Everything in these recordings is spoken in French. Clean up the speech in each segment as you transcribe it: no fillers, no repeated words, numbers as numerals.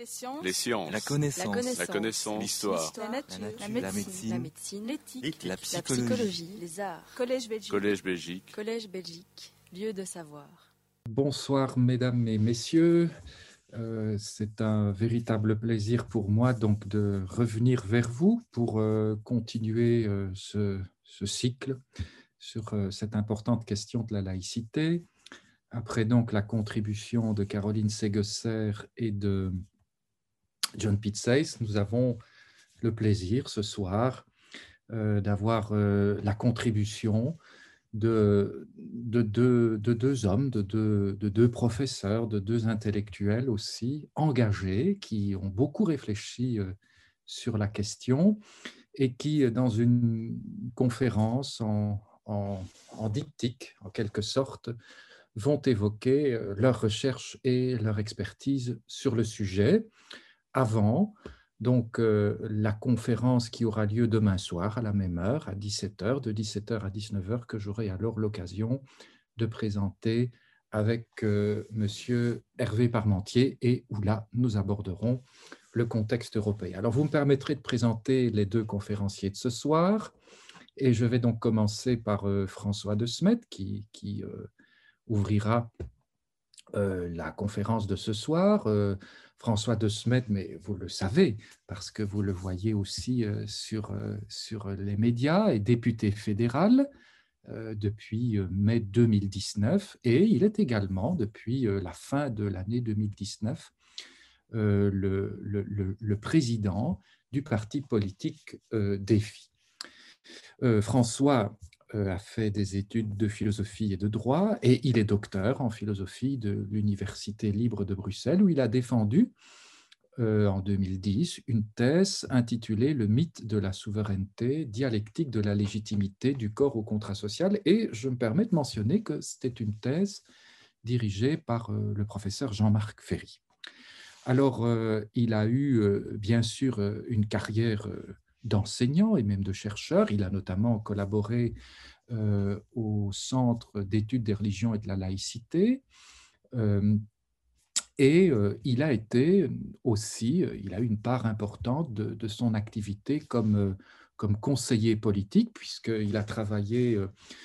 Les sciences. La connaissance. La connaissance. L'histoire. La nature. La La médecine. l'éthique. La La psychologie. psychologie. Les arts. Collège Belgique. Collège Belgique. Lieu de savoir. Bonsoir mesdames et messieurs, c'est un véritable plaisir pour moi donc de revenir vers vous pour continuer ce cycle sur cette importante question de la laïcité. Après donc la contribution de Caroline Segesser et de John Pitsays, nous avons le plaisir ce soir d'avoir la contribution de deux hommes, de deux professeurs, de deux intellectuels aussi engagés qui ont beaucoup réfléchi sur la question et qui, dans une conférence en diptyque, en quelque sorte, vont évoquer leurs recherches et leur expertise sur le sujet avant donc la conférence qui aura lieu demain soir à la même heure, à 17h, de 17h à 19h, que j'aurai alors l'occasion de présenter avec monsieur Hervé Parmentier et où là, nous aborderons le contexte européen. Alors, vous me permettrez de présenter les deux conférenciers de ce soir et je vais donc commencer par François de Smet qui ouvrira la conférence de ce soir. François de Smet, mais vous le savez, parce que vous le voyez aussi sur les médias, est député fédéral depuis mai 2019 et il est également, depuis la fin de l'année 2019, le président du parti politique Défi. François a fait des études de philosophie et de droit et il est docteur en philosophie de l'Université libre de Bruxelles où il a défendu en 2010 une thèse intitulée « Le mythe de la souveraineté, dialectique de la légitimité du corps au contrat social » et je me permets de mentionner que c'était une thèse dirigée par le professeur Jean-Marc Ferry. Alors, il a eu bien sûr une carrière d'enseignant et même de chercheur. Il a notamment collaboré au Centre d'études des religions et de la laïcité. Et il a été aussi, il a eu une part importante de son activité comme conseiller politique, puisqu'il a travaillé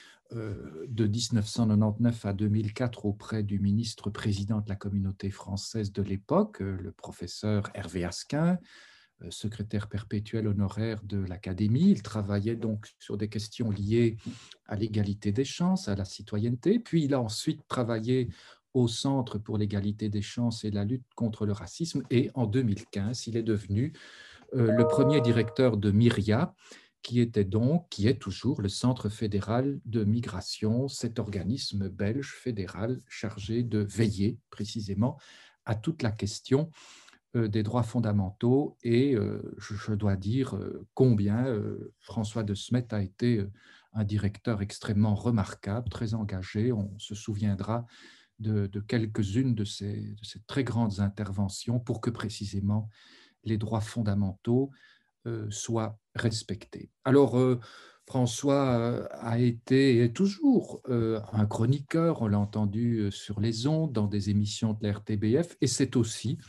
de 1999 à 2004 auprès du ministre-président de la communauté française de l'époque, le professeur Hervé Asquin, secrétaire perpétuel honoraire de l'Académie. Il travaillait donc sur des questions liées à l'égalité des chances, à la citoyenneté. Puis il a ensuite travaillé au Centre pour l'égalité des chances et la lutte contre le racisme. Et en 2015, il est devenu le premier directeur de MIRIA, qui est toujours le Centre fédéral de migration, cet organisme belge fédéral chargé de veiller précisément à toute la question des droits fondamentaux et je dois dire combien François de Smet a été un directeur extrêmement remarquable, très engagé. On se souviendra de quelques-unes de ces très grandes interventions pour que précisément les droits fondamentaux soient respectés. Alors, François a été et est toujours un chroniqueur, on l'a entendu sur les ondes, dans des émissions de la RTBF, et c'est aussi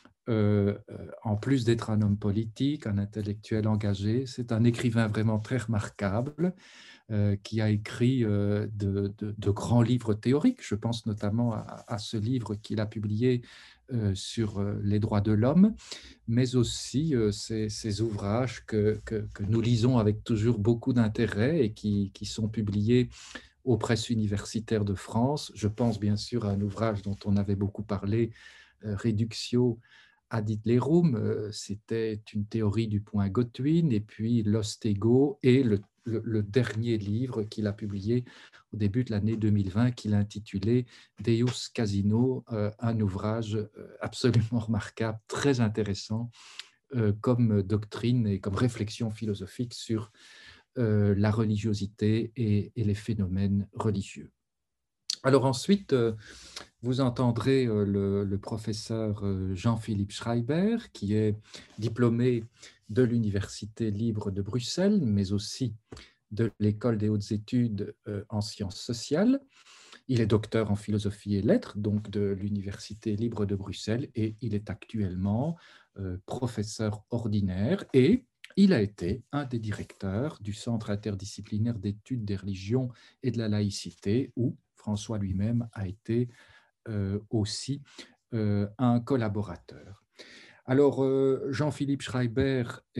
en plus d'être un homme politique, un intellectuel engagé, c'est un écrivain vraiment très remarquable qui a écrit de grands livres théoriques. Je pense notamment à ce livre qu'il a publié sur les droits de l'homme, mais aussi ces ouvrages que nous lisons avec toujours beaucoup d'intérêt et qui sont publiés aux presses universitaires de France. Je pense bien sûr à un ouvrage dont on avait beaucoup parlé, Reductio ad iterum, c'était une théorie du point Godwin, et puis L'Ostego et le dernier livre qu'il a publié au début de l'année 2020 qu'il a intitulé Deus Casino, un ouvrage absolument remarquable, très intéressant comme doctrine et comme réflexion philosophique sur la religiosité et les phénomènes religieux. Alors ensuite, vous entendrez le professeur Jean-Philippe Schreiber, qui est diplômé de l'Université libre de Bruxelles, mais aussi de l'École des hautes études en sciences sociales. Il est docteur en philosophie et lettres, donc de l'Université libre de Bruxelles, et il est actuellement professeur ordinaire et il a été un des directeurs du Centre interdisciplinaire d'études des religions et de la laïcité, où François lui-même a été aussi un collaborateur. Alors, Jean-Philippe Schreiber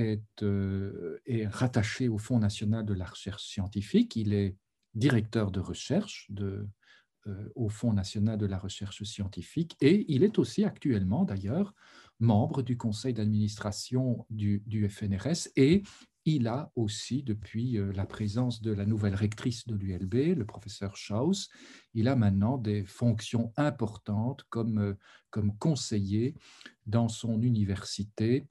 est rattaché au Fonds national de la recherche scientifique. Il est directeur de recherche au Fonds national de la recherche scientifique et il est aussi actuellement, d'ailleurs, membre du conseil d'administration du FNRS et il a aussi, depuis la présence de la nouvelle rectrice de l'ULB, le professeur Schaus, il a maintenant des fonctions importantes comme conseiller dans son université,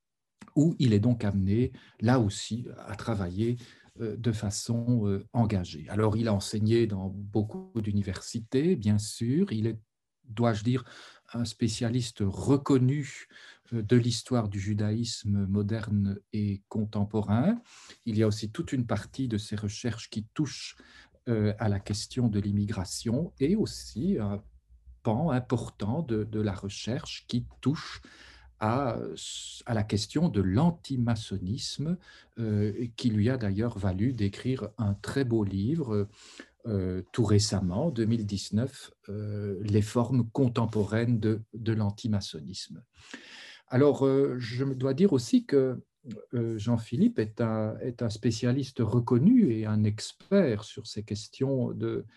où il est donc amené, là aussi, à travailler de façon engagée. Alors, il a enseigné dans beaucoup d'universités, bien sûr. Il est, dois-je dire, un spécialiste reconnu de l'histoire du judaïsme moderne et contemporain. Il y a aussi toute une partie de ses recherches qui touche à la question de l'immigration et aussi un pan important de la recherche qui touche à, à la question de l'antimaçonnisme, qui lui a d'ailleurs valu d'écrire un très beau livre tout récemment, 2019, Les formes contemporaines de l'antimaçonnisme. Alors, je me dois dire aussi que Jean-Philippe est un spécialiste reconnu et un expert sur ces questions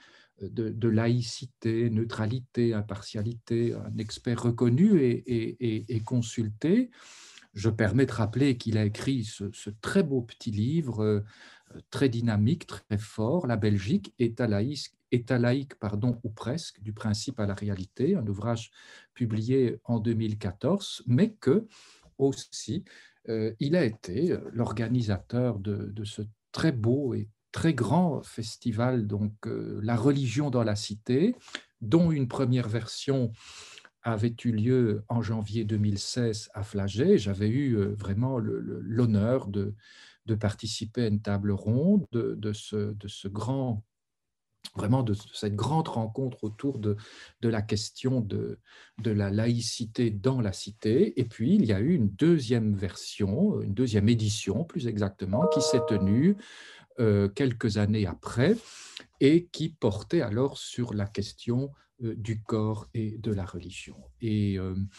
de laïcité, neutralité, impartialité, un expert reconnu et consulté. Je permets de rappeler qu'il a écrit ce très beau petit livre, très dynamique, très fort, La Belgique, État laïque, pardon, ou presque, du principe à la réalité, un ouvrage publié en 2014, mais que aussi, il a été l'organisateur de ce très beau et très grand festival, donc La religion dans la cité, dont une première version avait eu lieu en janvier 2016 à Flagey. J'avais eu vraiment l'honneur de participer à une table ronde de ce grand, vraiment de cette grande rencontre autour de la question de la laïcité dans la cité. Et puis, il y a eu une deuxième version, une deuxième édition plus exactement, qui s'est tenue quelques années après et qui portait alors sur la question du corps et de la religion. Et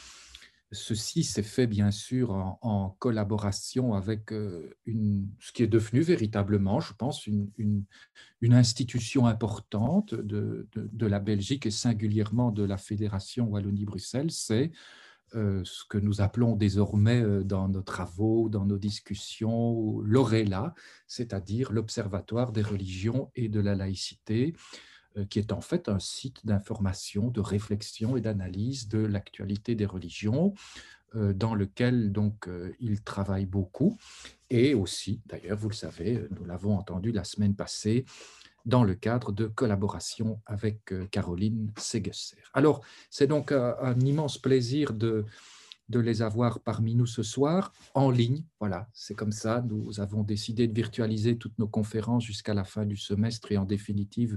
ceci s'est fait bien sûr en collaboration avec ce qui est devenu véritablement, je pense, une institution importante de la Belgique et singulièrement de la Fédération Wallonie-Bruxelles, c'est ce que nous appelons désormais dans nos travaux, dans nos discussions, l'ORELA, c'est-à-dire l'Observatoire des religions et de la laïcité, qui est en fait un site d'information, de réflexion et d'analyse de l'actualité des religions, dans lequel donc il travaille beaucoup. Et aussi, d'ailleurs, vous le savez, nous l'avons entendu la semaine passée, dans le cadre de collaboration avec Caroline Segesser. Alors, c'est donc un immense plaisir de les avoir parmi nous ce soir, en ligne. Voilà, c'est comme ça. Nous avons décidé de virtualiser toutes nos conférences jusqu'à la fin du semestre et en définitive,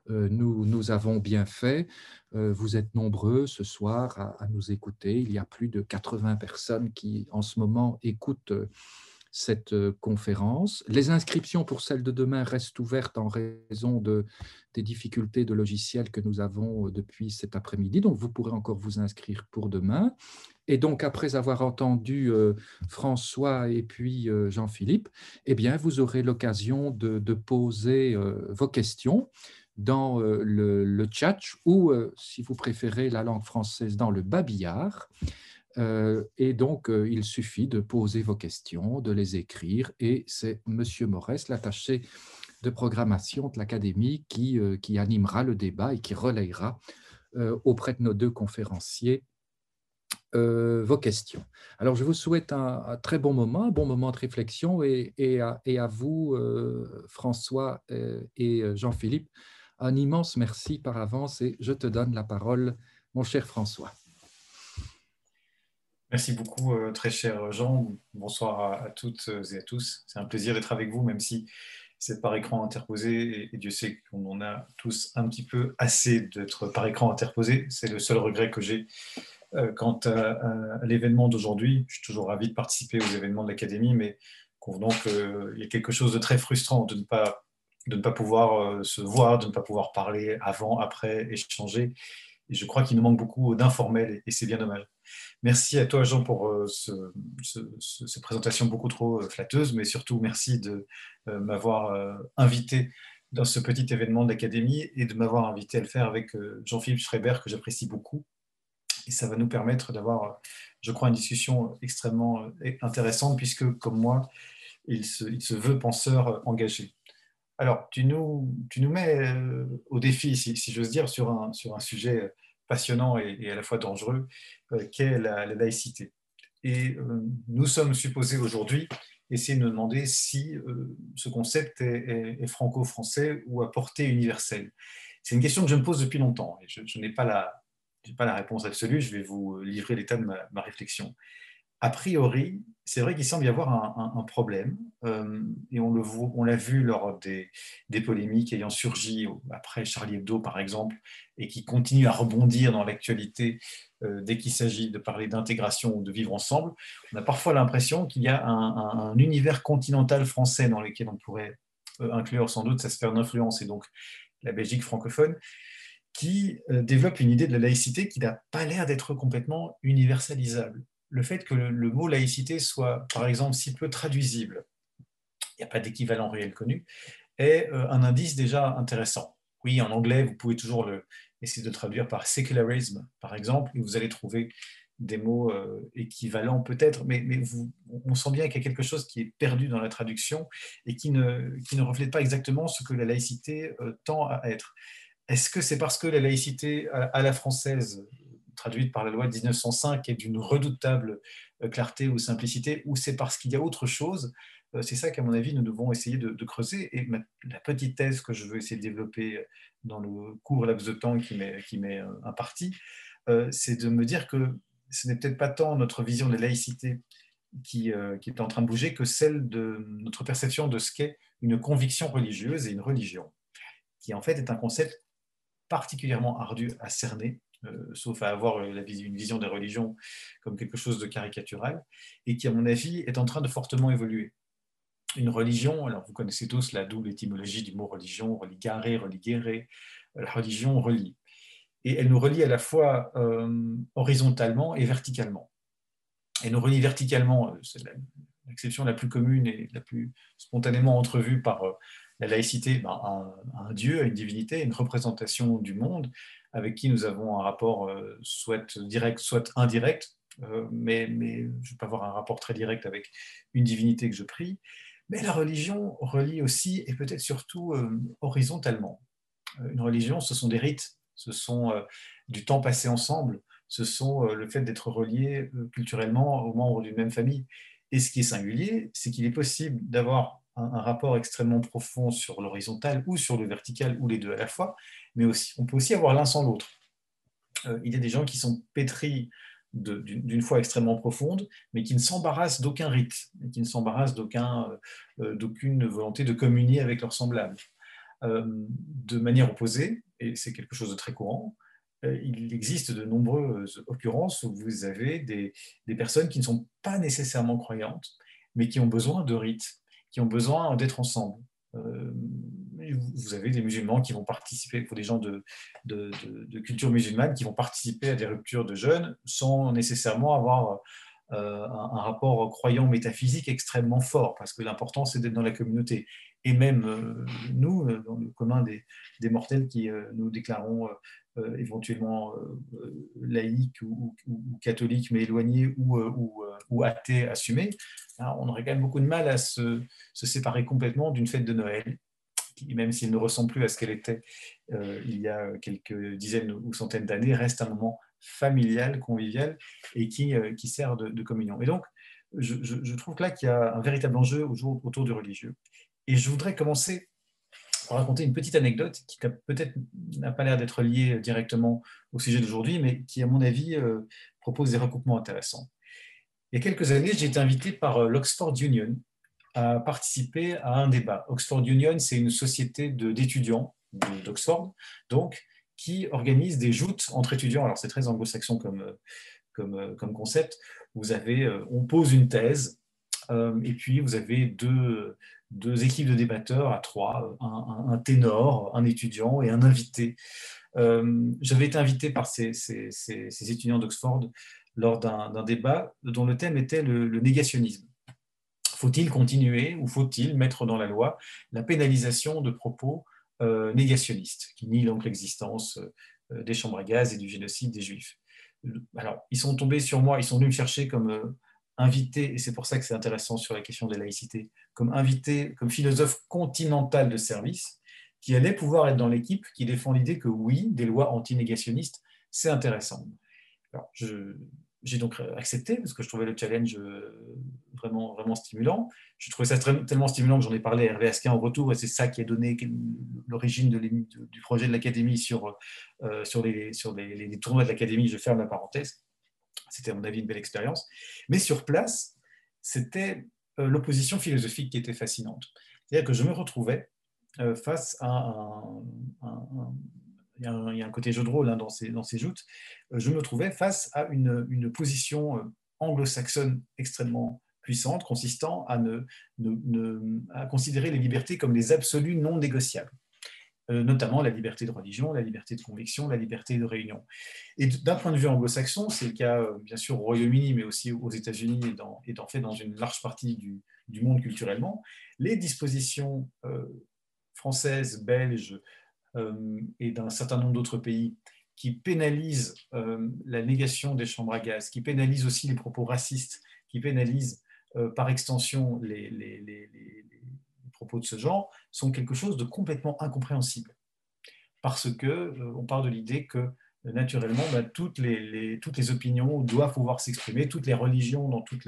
nous avons bien fait. Vous êtes nombreux ce soir à nous écouter. Il y a plus de 80 personnes qui, en ce moment, écoutent cette conférence. Les inscriptions pour celle de demain restent ouvertes en raison des difficultés de logiciel que nous avons depuis cet après-midi. Donc, vous pourrez encore vous inscrire pour demain. Et donc, après avoir entendu François et puis Jean-Philippe, eh bien, vous aurez l'occasion de poser vos questions dans le chat ou, si vous préférez la langue française, dans le babillard. Et donc, il suffit de poser vos questions, de les écrire, et c'est Monsieur Morès, l'attaché de programmation de l'Académie, qui animera le débat et qui relayera auprès de nos deux conférenciers vos questions. Alors, je vous souhaite un très bon moment de réflexion, et à vous, François et Jean-Philippe, un immense merci par avance, et je te donne la parole, mon cher François. Merci beaucoup, très cher Jean. Bonsoir à toutes et à tous. C'est un plaisir d'être avec vous, même si c'est par écran interposé, et Dieu sait qu'on en a tous un petit peu assez d'être par écran interposé. C'est le seul regret que j'ai quant à l'événement d'aujourd'hui. Je suis toujours ravi de participer aux événements de l'Académie, mais convenons qu'il y a quelque chose de très frustrant de ne pas pouvoir se voir, de ne pas pouvoir parler avant, après, échanger. Et je crois qu'il nous manque beaucoup d'informel, et c'est bien dommage. Merci à toi, Jean, pour cette présentation beaucoup trop flatteuse, mais surtout merci de m'avoir invité dans ce petit événement de l'Académie et de m'avoir invité à le faire avec Jean-Philippe Schreiber, que j'apprécie beaucoup. Et ça va nous permettre d'avoir, je crois, une discussion extrêmement intéressante, puisque, comme moi, il se veut penseur engagé. Alors, tu nous mets au défi, si j'ose dire, sur un sujet passionnant et à la fois dangereux, qu'est la laïcité. Et nous sommes supposés aujourd'hui essayer de nous demander si ce concept est franco-français ou à portée universelle. C'est une question que je me pose depuis longtemps, et je n'ai pas la réponse absolue. Je vais vous livrer l'état de ma réflexion. A priori, c'est vrai qu'il semble y avoir un problème, et on l'a vu lors des polémiques ayant surgi après Charlie Hebdo, par exemple, et qui continuent à rebondir dans l'actualité dès qu'il s'agit de parler d'intégration ou de vivre ensemble. On a parfois l'impression qu'il y a un univers continental français dans lequel on pourrait inclure sans doute sa sphère d'influence, et donc la Belgique francophone, qui développe une idée de la laïcité qui n'a pas l'air d'être complètement universalisable. Le fait que le mot laïcité soit, par exemple, si peu traduisible, il n'y a pas d'équivalent réel connu, est un indice déjà intéressant. Oui, en anglais, vous pouvez toujours essayer de traduire par secularism, par exemple, et vous allez trouver des mots équivalents peut-être, mais on sent bien qu'il y a quelque chose qui est perdu dans la traduction et qui ne reflète pas exactement ce que la laïcité tend à être. Est-ce que c'est parce que la laïcité à la française, traduite par la loi de 1905, est d'une redoutable clarté ou simplicité, ou c'est parce qu'il y a autre chose? C'est ça qu'à mon avis, nous devons essayer de creuser. Et la petite thèse que je veux essayer de développer dans le court laps de temps qui m'est imparti, c'est de me dire que ce n'est peut-être pas tant notre vision de la laïcité qui est en train de bouger que celle de notre perception de ce qu'est une conviction religieuse et une religion, qui en fait est un concept particulièrement ardu à cerner, sauf à avoir une vision des religions comme quelque chose de caricatural, et qui, à mon avis, est en train de fortement évoluer. Une religion, alors vous connaissez tous la double étymologie du mot religion, religare, religere, la religion relie. Et elle nous relie à la fois horizontalement et verticalement. Elle nous relie verticalement, c'est l'exception la plus commune et la plus spontanément entrevue par la laïcité, à un Dieu, à une divinité, une représentation du monde avec qui nous avons un rapport soit direct, soit indirect, mais je ne vais pas avoir un rapport très direct avec une divinité que je prie. Mais la religion relie aussi, et peut-être surtout horizontalement. Une religion, ce sont des rites, ce sont du temps passé ensemble, ce sont le fait d'être relié culturellement aux membres d'une même famille. Et ce qui est singulier, c'est qu'il est possible d'avoir un rapport extrêmement profond sur l'horizontal ou sur le vertical, ou les deux à la fois, mais aussi, on peut aussi avoir l'un sans l'autre. Il y a des gens qui sont pétris d'une foi extrêmement profonde, mais qui ne s'embarrassent d'aucun rite, et qui ne s'embarrassent d'aucune volonté de communier avec leurs semblables. De manière opposée, et c'est quelque chose de très courant, il existe de nombreuses occurrences où vous avez des personnes qui ne sont pas nécessairement croyantes, mais qui ont besoin de rites, qui ont besoin d'être ensemble. Vous avez des musulmans qui vont participer, pour des gens de culture musulmane, qui vont participer à des ruptures de jeûne sans nécessairement avoir un rapport croyant métaphysique extrêmement fort, parce que l'important c'est d'être dans la communauté. Et même nous, dans le commun des mortels qui nous déclarons éventuellement laïcs ou catholiques mais éloignés ou athées assumés, hein, on aurait quand même beaucoup de mal à se séparer complètement d'une fête de Noël, qui, même s'il ne ressemble plus à ce qu'elle était il y a quelques dizaines ou centaines d'années, reste un moment familial, convivial, et qui sert de communion. Et donc, je trouve que là qu'il y a un véritable enjeu autour du religieux. Et je voudrais commencer par raconter une petite anecdote qui peut-être n'a pas l'air d'être liée directement au sujet d'aujourd'hui, mais qui, à mon avis, propose des recoupements intéressants. Il y a quelques années, j'ai été invité par l'Oxford Union a participé à un débat. Oxford Union, c'est une société d'étudiants d'Oxford, donc, qui organise des joutes entre étudiants. Alors, c'est très anglo-saxon comme concept. On pose une thèse, et puis vous avez deux équipes de débatteurs à trois, un ténor, un étudiant et un invité. J'avais été invité par ces étudiants d'Oxford lors d'un débat dont le thème était le négationnisme. Faut-il continuer ou faut-il mettre dans la loi la pénalisation de propos négationnistes qui nient donc l'existence des chambres à gaz et du génocide des Juifs? Alors, ils sont tombés sur moi, ils sont venus me chercher comme invité, et c'est pour ça que c'est intéressant sur la question de la laïcité, comme invité, comme philosophe continental de service, qui allait pouvoir être dans l'équipe qui défend l'idée que oui, des lois anti-négationnistes, c'est intéressant. Alors, j'ai donc accepté parce que je trouvais le challenge vraiment, vraiment stimulant. Je trouvais ça tellement stimulant que j'en ai parlé à Hervé Asquin au retour, et c'est ça qui a donné l'origine du projet de l'Académie sur les tournois de l'Académie. Je ferme la parenthèse. C'était à mon avis une belle expérience. Mais sur place, c'était l'opposition philosophique qui était fascinante. C'est-à-dire que je me retrouvais face à il y a un côté jeu de rôle dans ces joutes, je me trouvais face à une position anglo-saxonne extrêmement puissante, consistant à considérer les libertés comme des absolus non négociables, notamment la liberté de religion, la liberté de conviction, la liberté de réunion. Et d'un point de vue anglo-saxon, c'est le cas bien sûr au Royaume-Uni, mais aussi aux États-Unis et en fait dans une large partie du monde culturellement, les dispositions françaises, belges, et d'un certain nombre d'autres pays qui pénalisent la négation des chambres à gaz, qui pénalisent aussi les propos racistes, qui pénalisent par extension les propos de ce genre, sont quelque chose de complètement incompréhensible. Parce qu'on part de l'idée que naturellement, toutes les opinions doivent pouvoir s'exprimer, toutes les religions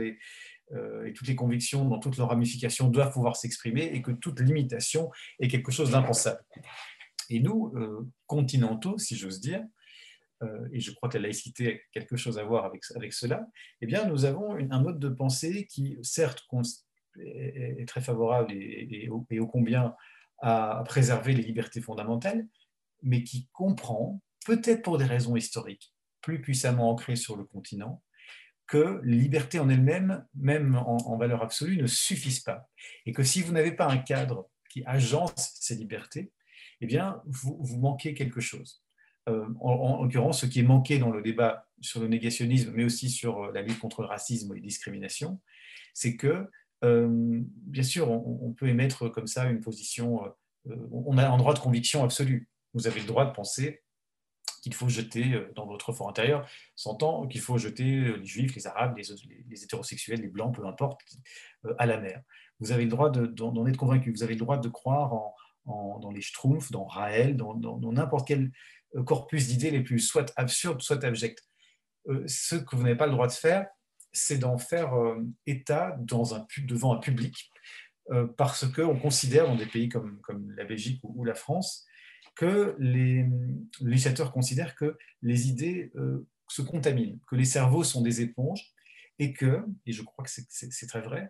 et toutes les convictions dans toutes leurs ramifications doivent pouvoir s'exprimer, et que toute limitation est quelque chose d'impensable. Et nous, continentaux, si j'ose dire, et je crois que la laïcité a quelque chose à voir avec cela, eh bien, nous avons un mode de pensée qui, certes, est très favorable et ô combien à préserver les libertés fondamentales, mais qui comprend, peut-être pour des raisons historiques, plus puissamment ancrées sur le continent, que les libertés en elles-mêmes, même en valeur absolue, ne suffisent pas. Et que si vous n'avez pas un cadre qui agence ces libertés, eh bien, vous manquez quelque chose. En l'occurrence, ce qui est manqué dans le débat sur le négationnisme, mais aussi sur la lutte contre le racisme et les discriminations, c'est que, bien sûr, on peut émettre comme ça une position, on a un droit de conviction absolu. Vous avez le droit de penser qu'il faut jeter dans votre fort intérieur, s'entend qu'il faut jeter les juifs, les arabes, les hétérosexuels, les blancs, peu importe, à la mer. Vous avez le droit d'en être convaincu, vous avez le droit de croire dans les Schtroumpfs, dans Raël, dans n'importe quel corpus d'idées les plus soit absurdes, soit abjectes. Ce que vous n'avez pas le droit de faire, c'est d'en faire état devant un public, parce qu'on considère dans des pays comme la Belgique ou la France, que les législateurs considèrent que les idées se contaminent, que les cerveaux sont des éponges, et je crois que c'est très vrai,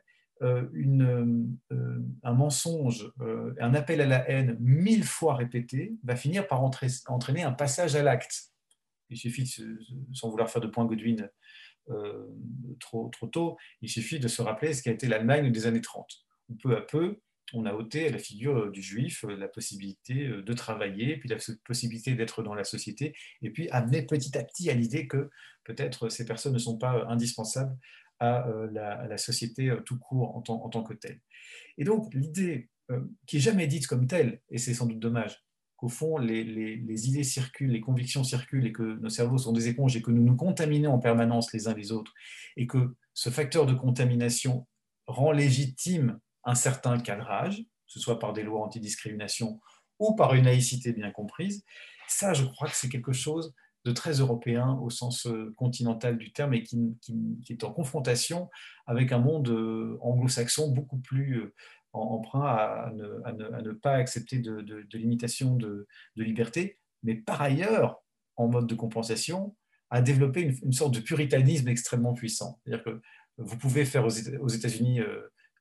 un mensonge, un appel à la haine 1000 fois répété va finir par entraîner un passage à l'acte. Il suffit, sans vouloir faire de point Godwin trop tôt, il suffit de se rappeler ce qu'a été l'Allemagne des années 30, où peu à peu, on a ôté à la figure du juif la possibilité de travailler, puis la possibilité d'être dans la société, et puis amener petit à petit à l'idée que peut-être ces personnes ne sont pas indispensables à la société tout court en tant que telle. Et donc l'idée qui n'est jamais dite comme telle, et c'est sans doute dommage, qu'au fond les idées circulent, les convictions circulent, et que nos cerveaux sont des éponges, et que nous nous contaminons en permanence les uns les autres, et que ce facteur de contamination rend légitime un certain cadrage, que ce soit par des lois antidiscrimination ou par une laïcité bien comprise, ça, je crois que c'est quelque chose de très européen au sens continental du terme, et qui est en confrontation avec un monde anglo-saxon beaucoup plus emprunt à ne pas accepter de limitation de liberté, mais par ailleurs, en mode de compensation, à développer une sorte de puritanisme extrêmement puissant. C'est-à-dire que vous pouvez faire aux États-Unis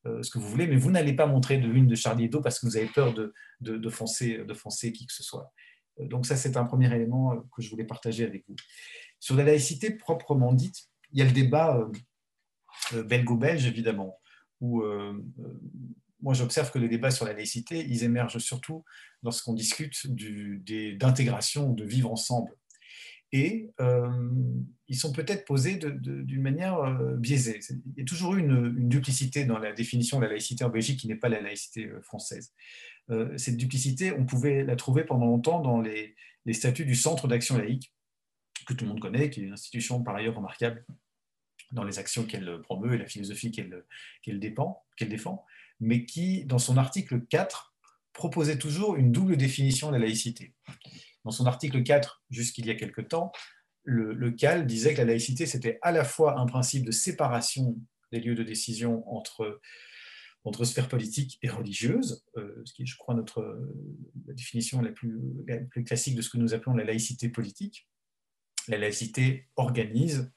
ce que vous voulez, mais vous n'allez pas montrer de une de Charlie Hebdo parce que vous avez peur de foncer qui que ce soit. Donc ça, c'est un premier élément que je voulais partager avec vous. Sur la laïcité proprement dite, il y a le débat belgo-belge, évidemment, où moi j'observe que les débats sur la laïcité, ils émergent surtout lorsqu'on discute d'intégration, de vivre ensemble. Et ils sont peut-être posés d'une manière biaisée. Il y a toujours eu une duplicité dans la définition de la laïcité en Belgique qui n'est pas la laïcité française. Cette duplicité, on pouvait la trouver pendant longtemps dans les statuts du Centre d'action laïque, que tout le monde connaît, qui est une institution par ailleurs remarquable dans les actions qu'elle promeut et la philosophie qu'elle défend, mais qui, dans son article 4, proposait toujours une double définition de la laïcité. Dans son article 4, jusqu'il y a quelque temps, le CAL disait que la laïcité, c'était à la fois un principe de séparation des lieux de décision entre sphère politique et religieuse, ce qui est, je crois, la définition la plus classique de ce que nous appelons la laïcité politique. La laïcité organise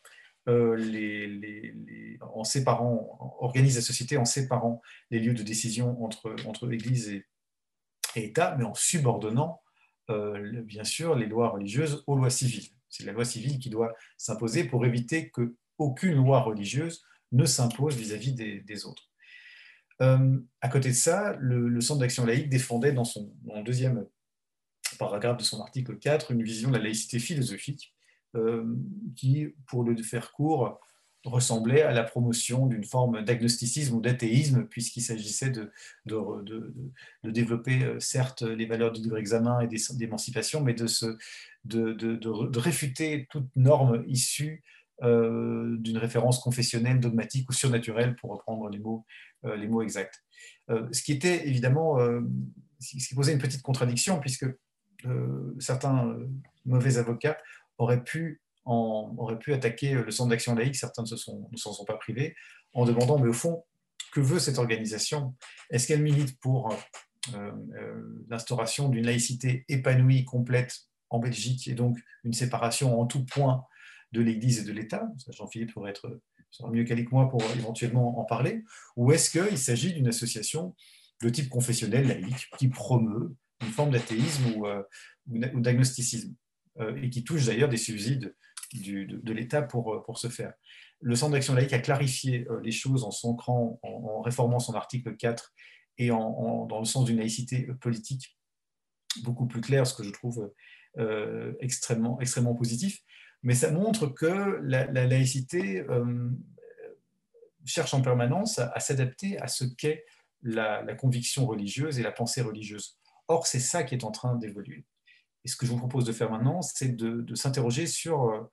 organise la société en séparant les lieux de décision entre Église et État, mais en subordonnant bien sûr les lois religieuses aux lois civiles. C'est la loi civile qui doit s'imposer pour éviter qu'aucune loi religieuse ne s'impose vis-à-vis des autres. À côté de ça, le Centre d'action laïque défendait dans le deuxième paragraphe de son article 4 une vision de la laïcité philosophique qui, pour le faire court, ressemblait à la promotion d'une forme d'agnosticisme ou d'athéisme, puisqu'il s'agissait de développer, certes, les valeurs du libre examen et d'émancipation, mais de réfuter toute norme issue d'une référence confessionnelle, dogmatique ou surnaturelle, pour reprendre les mots exacts. Ce qui était évidemment, ce qui posait une petite contradiction, puisque certains mauvais avocats auraient pu attaquer le Centre d'action laïque, certains ne s'en sont pas privés, en demandant, mais au fond, que veut cette organisation? Est-ce qu'elle milite pour l'instauration d'une laïcité épanouie, complète en Belgique, et donc une séparation en tout point de l'Église et de l'État? Jean-Philippe sera mieux calé que moi pour éventuellement en parler. Ou est-ce qu'il s'agit d'une association de type confessionnel laïque qui promeut une forme d'athéisme ou d'agnosticisme et qui touche d'ailleurs des subsides de l'État pour ce faire? Le Centre d'action laïque a clarifié les choses en s'ancrant, en réformant son article 4 et dans le sens d'une laïcité politique beaucoup plus claire, ce que je trouve extrêmement, extrêmement positif. Mais ça montre que la laïcité cherche en permanence à s'adapter à ce qu'est la conviction religieuse et la pensée religieuse. Or, c'est ça qui est en train d'évoluer. Et ce que je vous propose de faire maintenant, c'est de s'interroger sur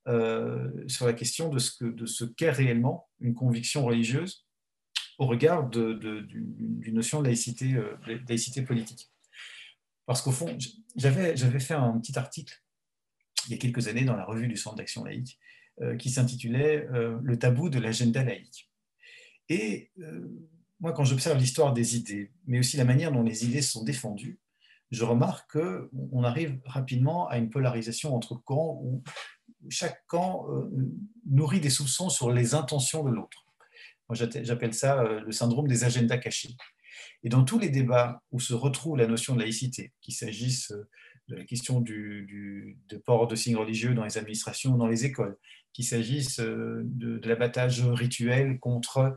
la question de ce qu'est réellement une conviction religieuse au regard d'une notion de laïcité politique. Parce qu'au fond, j'avais fait un petit article il y a quelques années dans la revue du Centre d'action laïque qui s'intitulait « Le tabou de l'agenda laïque ». Et moi, quand j'observe l'histoire des idées, mais aussi la manière dont les idées sont défendues, je remarque qu'on arrive rapidement à une polarisation entre camps où chaque camp nourrit des soupçons sur les intentions de l'autre. Moi, j'appelle ça le syndrome des agendas cachés. Et dans tous les débats où se retrouve la notion de laïcité, qu'il s'agisse de la question de port de signes religieux dans les administrations ou dans les écoles, qu'il s'agisse de l'abattage rituel contre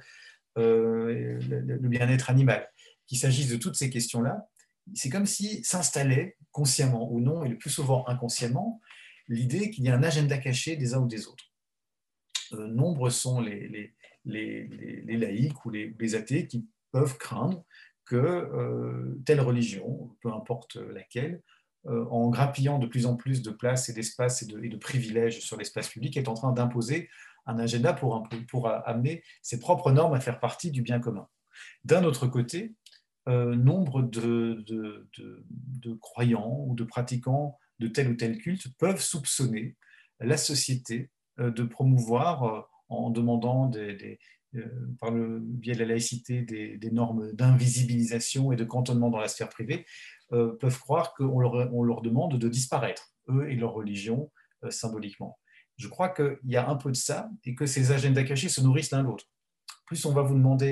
le bien-être animal, qu'il s'agisse de toutes ces questions-là, c'est comme si s'installait consciemment ou non, et le plus souvent inconsciemment, l'idée qu'il y a un agenda caché des uns ou des autres. Nombreux sont les laïcs ou les athées qui peuvent craindre que telle religion, peu importe laquelle, en grappillant de plus en plus de place et d'espace et de privilèges sur l'espace public, est en train d'imposer un agenda pour amener ses propres normes à faire partie du bien commun. D'un autre côté, nombre de croyants ou de pratiquants de tel ou tel culte peuvent soupçonner la société de promouvoir, en demandant par le biais de la laïcité des normes d'invisibilisation et de cantonnement dans la sphère privée, peuvent croire qu'on leur demande de disparaître, eux et leur religion, symboliquement. Je crois qu'il y a un peu de ça et que ces agendas cachés se nourrissent l'un l'autre. Plus on va vous demander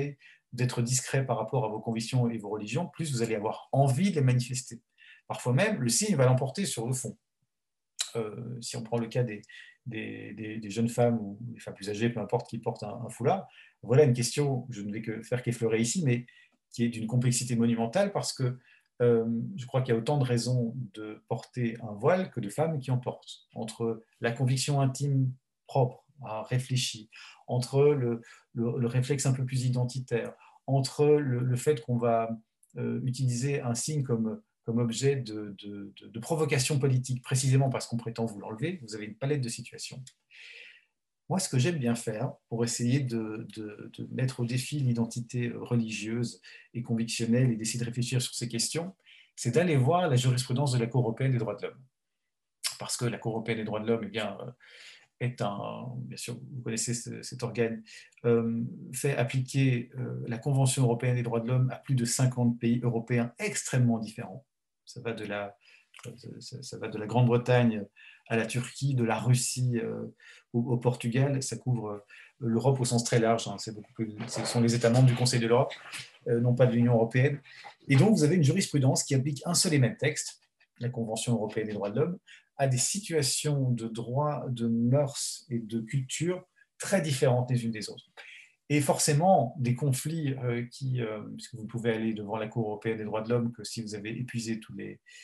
d'être discret par rapport à vos convictions et vos religions, plus vous allez avoir envie de les manifester. Parfois même, le signe va l'emporter sur le fond. Si on prend le cas des jeunes femmes ou des femmes plus âgées, peu importe, qui portent un foulard, voilà une question, je ne vais que faire qu'effleurer ici, mais qui est d'une complexité monumentale parce que je crois qu'il y a autant de raisons de porter un voile que de femmes qui en portent. Entre la conviction intime propre, réfléchie, entre le réflexe un peu plus identitaire, entre le fait qu'on va utiliser un signe comme objet de provocation politique, précisément parce qu'on prétend vous l'enlever, vous avez une palette de situations. Moi, ce que j'aime bien faire pour essayer de mettre au défi l'identité religieuse et convictionnelle et d'essayer de réfléchir sur ces questions, c'est d'aller voir la jurisprudence de la Cour européenne des droits de l'homme. Parce que la Cour européenne des droits de l'homme, eh bien, bien sûr, vous connaissez cet organe, fait appliquer la Convention européenne des droits de l'homme à plus de 50 pays européens extrêmement différents. Ça va de la Grande-Bretagne à la Turquie, de la Russie au Portugal. Ça couvre l'Europe au sens très large. Hein. Ce sont les États membres du Conseil de l'Europe, non pas de l'Union européenne. Et donc, vous avez une jurisprudence qui applique un seul et même texte, la Convention européenne des droits de l'homme, à des situations de droit, de mœurs et de culture très différentes les unes des autres. Et forcément, des conflits puisque vous ne pouvez aller devant la Cour européenne des droits de l'homme que si vous avez épuisé toutes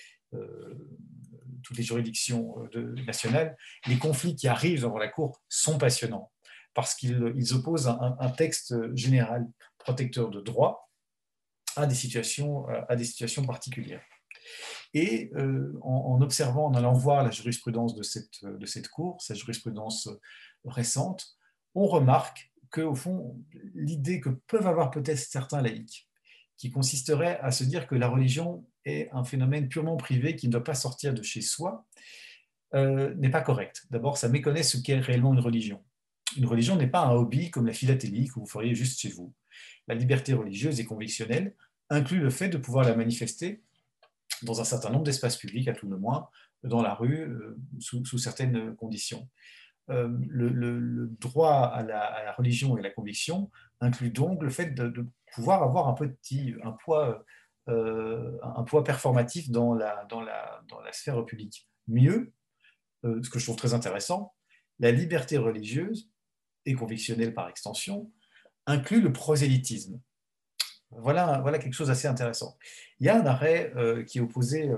les juridictions nationales, les conflits qui arrivent devant la Cour sont passionnants parce qu'ils opposent un texte général protecteur de droit à des situations particulières. Et en observant, en allant voir la jurisprudence de cette Cour, sa jurisprudence récente, on remarque qu'au fond, l'idée que peuvent avoir peut-être certains laïcs, qui consisterait à se dire que la religion est un phénomène purement privé qui ne doit pas sortir de chez soi, n'est pas correcte. D'abord, ça méconnaît ce qu'est réellement une religion. Une religion n'est pas un hobby comme la philatélie que vous feriez juste chez vous. La liberté religieuse et convictionnelle inclut le fait de pouvoir la manifester dans un certain nombre d'espaces publics, à tout le moins, dans la rue, sous certaines conditions. Le droit à la religion et la conviction inclut donc le fait de pouvoir avoir un poids performatif dans la sphère publique. Mieux, ce que je trouve très intéressant, la liberté religieuse et convictionnelle par extension inclut le prosélytisme. Voilà quelque chose d'assez intéressant. Il y a un arrêt qui opposait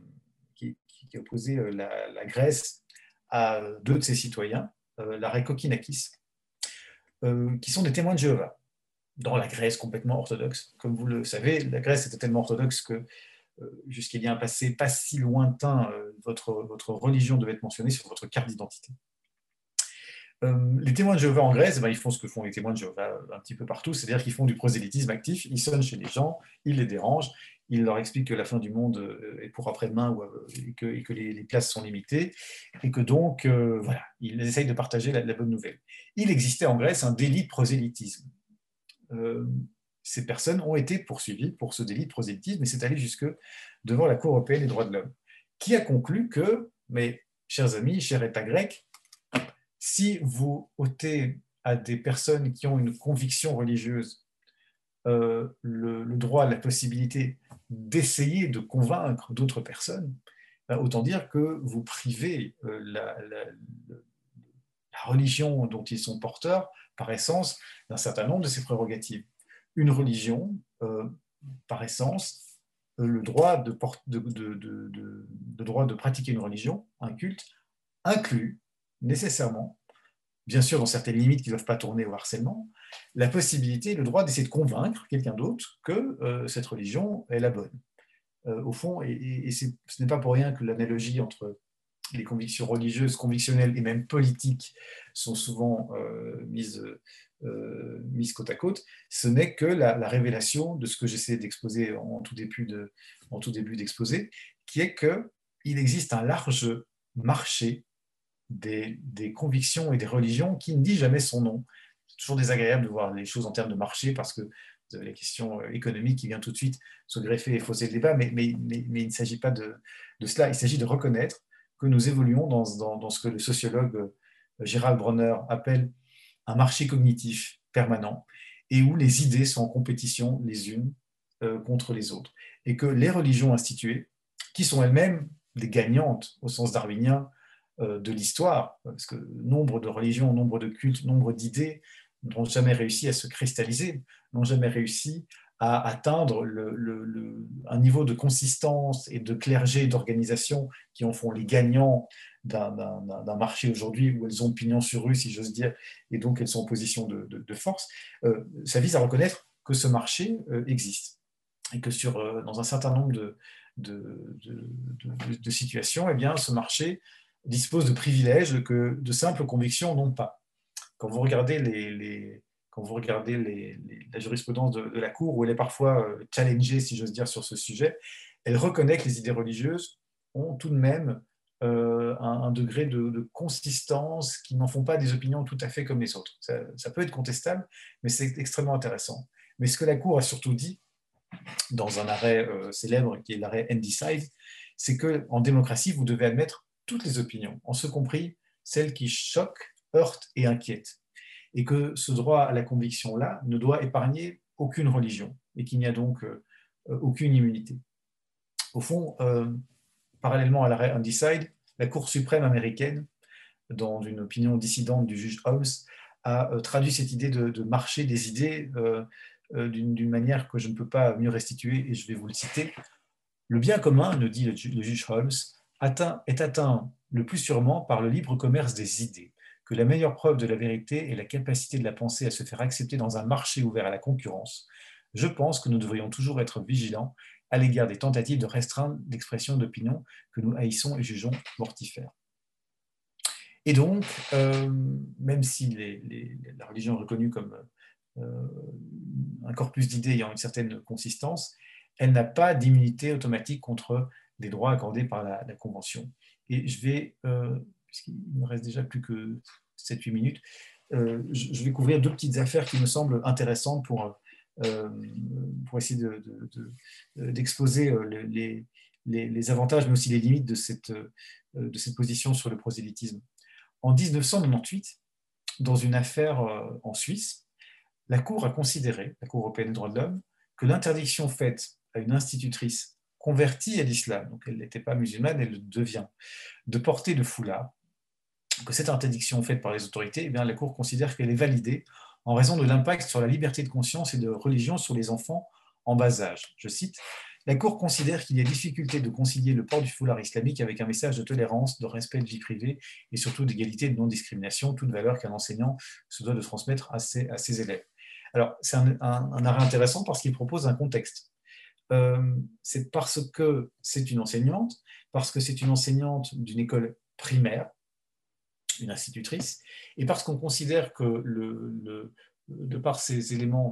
la Grèce à deux de ses citoyens, l'arrêt Kokkinakis, qui sont des témoins de Jéhovah, dans la Grèce complètement orthodoxe. Comme vous le savez, la Grèce était tellement orthodoxe que jusqu'il y a un passé pas si lointain, votre religion devait être mentionnée sur votre carte d'identité. Les témoins de Jéhovah en Grèce, ils font ce que font les témoins de Jéhovah un petit peu partout, c'est-à-dire qu'ils font du prosélytisme actif, ils sonnent chez les gens, ils les dérangent, ils leur expliquent que la fin du monde est pour après-demain et que les places sont limitées, et que donc, voilà, ils essayent de partager la bonne nouvelle. Il existait en Grèce un délit de prosélytisme. Ces personnes ont été poursuivies pour ce délit de prosélytisme, et c'est allé jusque devant la Cour européenne des droits de l'homme, qui a conclu que, mes chers amis, chers États grecs, si vous ôtez à des personnes qui ont une conviction religieuse le droit, la possibilité d'essayer de convaincre d'autres personnes, autant dire que vous privez la religion dont ils sont porteurs, par essence, d'un certain nombre de ses prérogatives. Une religion, par essence, le droit de pratiquer une religion, un culte, inclut nécessairement, bien sûr dans certaines limites qui ne doivent pas tourner au harcèlement, la possibilité, le droit d'essayer de convaincre quelqu'un d'autre que cette religion est la bonne. Au fond, et ce n'est pas pour rien que l'analogie entre les convictions religieuses, convictionnelles et même politiques sont souvent mises côte à côte, ce n'est que la révélation de ce que j'essaie d'exposer en tout début d'exposé, qui est qu'il existe un large marché des convictions et des religions qui ne dit jamais son nom. C'est toujours désagréable de voir les choses en termes de marché parce que vous avez la question économique qui vient tout de suite se greffer et fausser le débat, mais il ne s'agit pas de cela. Il s'agit de reconnaître que nous évoluons dans ce que le sociologue Gérald Bronner appelle un marché cognitif permanent et où les idées sont en compétition les unes contre les autres. Et que les religions instituées, qui sont elles-mêmes des gagnantes au sens darwinien de l'histoire, parce que nombre de religions, nombre de cultes, nombre d'idées n'ont jamais réussi à se cristalliser, n'ont jamais réussi à atteindre un niveau de consistance et de clergé et d'organisation qui en font les gagnants d'un marché aujourd'hui où elles ont pignon sur rue, si j'ose dire, et donc elles sont en position de force. Ça vise à reconnaître que ce marché existe et que dans un certain nombre de situations, eh bien, ce marché dispose de privilèges que de simples convictions n'ont pas. Quand vous regardez la jurisprudence de la Cour, où elle est parfois challengée, si j'ose dire, sur ce sujet, elle reconnaît que les idées religieuses ont tout de même un degré de consistance qui n'en font pas des opinions tout à fait comme les autres. Ça peut être contestable, mais c'est extrêmement intéressant. Mais ce que la Cour a surtout dit, dans un arrêt célèbre qui est l'arrêt Handyside, c'est qu'en démocratie, vous devez admettre toutes les opinions, en ce compris celles qui choquent, heurtent et inquiètent. Et que ce droit à la conviction-là ne doit épargner aucune religion, et qu'il n'y a donc aucune immunité. Au fond, parallèlement à l'arrêt Handyside, la Cour suprême américaine, dans une opinion dissidente du juge Holmes, a traduit cette idée de marché des idées d'une manière que je ne peux pas mieux restituer, et je vais vous le citer. Le bien commun, nous dit le juge Holmes, est atteint le plus sûrement par le libre commerce des idées, que la meilleure preuve de la vérité est la capacité de la pensée à se faire accepter dans un marché ouvert à la concurrence. Je pense que nous devrions toujours être vigilants à l'égard des tentatives de restreindre l'expression d'opinion que nous haïssons et jugeons mortifères. Et donc, même si la religion est reconnue comme un corpus d'idées ayant une certaine consistance, elle n'a pas d'immunité automatique contre des droits accordés par la Convention. Et je vais, puisqu'il ne me reste déjà plus que 7-8 minutes, je vais couvrir deux petites affaires qui me semblent intéressantes pour essayer d'exposer les avantages, mais aussi les limites de cette position sur le prosélytisme. En 1998, dans une affaire en Suisse, la Cour a considéré, la Cour européenne des droits de l'homme, que l'interdiction faite à une institutrice convertie à l'islam, donc elle n'était pas musulmane, elle le devient, de porter le foulard, que cette interdiction faite par les autorités, eh bien, la Cour considère qu'elle est validée en raison de l'impact sur la liberté de conscience et de religion sur les enfants en bas âge. Je cite, « La Cour considère qu'il y a difficulté de concilier le port du foulard islamique avec un message de tolérance, de respect de vie privée et surtout d'égalité et de non-discrimination, toute valeur qu'un enseignant se doit de transmettre à ses élèves. » Alors, c'est un arrêt intéressant parce qu'il propose un contexte. C'est parce que c'est une enseignante, d'une école primaire, une institutrice, et parce qu'on considère que de par ces éléments,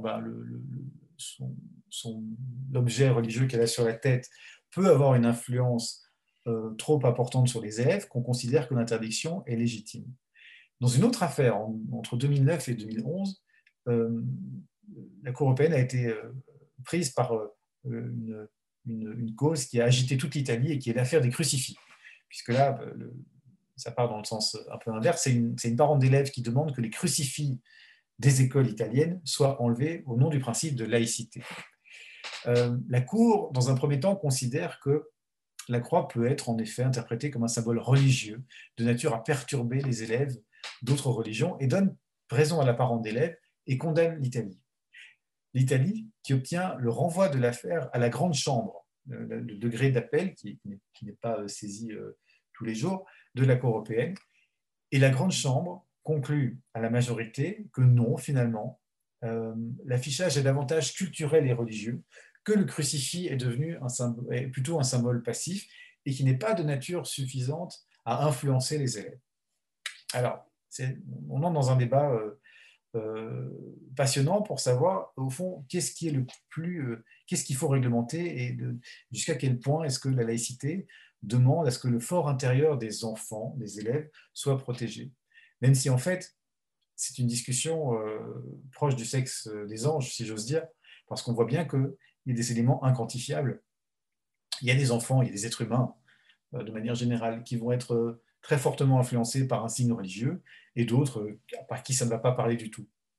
l'objet religieux qu'elle a sur la tête peut avoir une influence trop importante sur les élèves, qu'on considère que l'interdiction est légitime. Dans une autre affaire, entre 2009 et 2011, la Cour européenne a été prise par une cause qui a agité toute l'Italie et qui est l'affaire des crucifix. Puisque là, ça part dans le sens un peu inverse, c'est une parente d'élèves qui demande que les crucifix des écoles italiennes soient enlevés au nom du principe de laïcité. La Cour, dans un premier temps, considère que la croix peut être en effet interprétée comme un symbole religieux de nature à perturber les élèves d'autres religions et donne raison à la parente d'élèves et condamne l'Italie. L'Italie qui obtient le renvoi de l'affaire à la grande chambre, le degré d'appel qui n'est pas saisi tous les jours, de la Cour européenne. Et la grande chambre conclut à la majorité que non, finalement, l'affichage est davantage culturel et religieux, que le crucifix est plutôt un symbole passif et qui n'est pas de nature suffisante à influencer les élèves. Alors, on entre dans un débat passionnant pour savoir, au fond, qu'est-ce qu'il faut réglementer et jusqu'à quel point est-ce que la laïcité demande à ce que le fort intérieur des enfants, des élèves, soit protégé. Même si, en fait, c'est une discussion proche du sexe des anges, si j'ose dire, parce qu'on voit bien qu'il y a des éléments inquantifiables. Il y a des enfants, il y a des êtres humains, de manière générale, qui vont être très fortement influencés par un signe religieux, et d'autres par qui ça ne va pas parler du tout.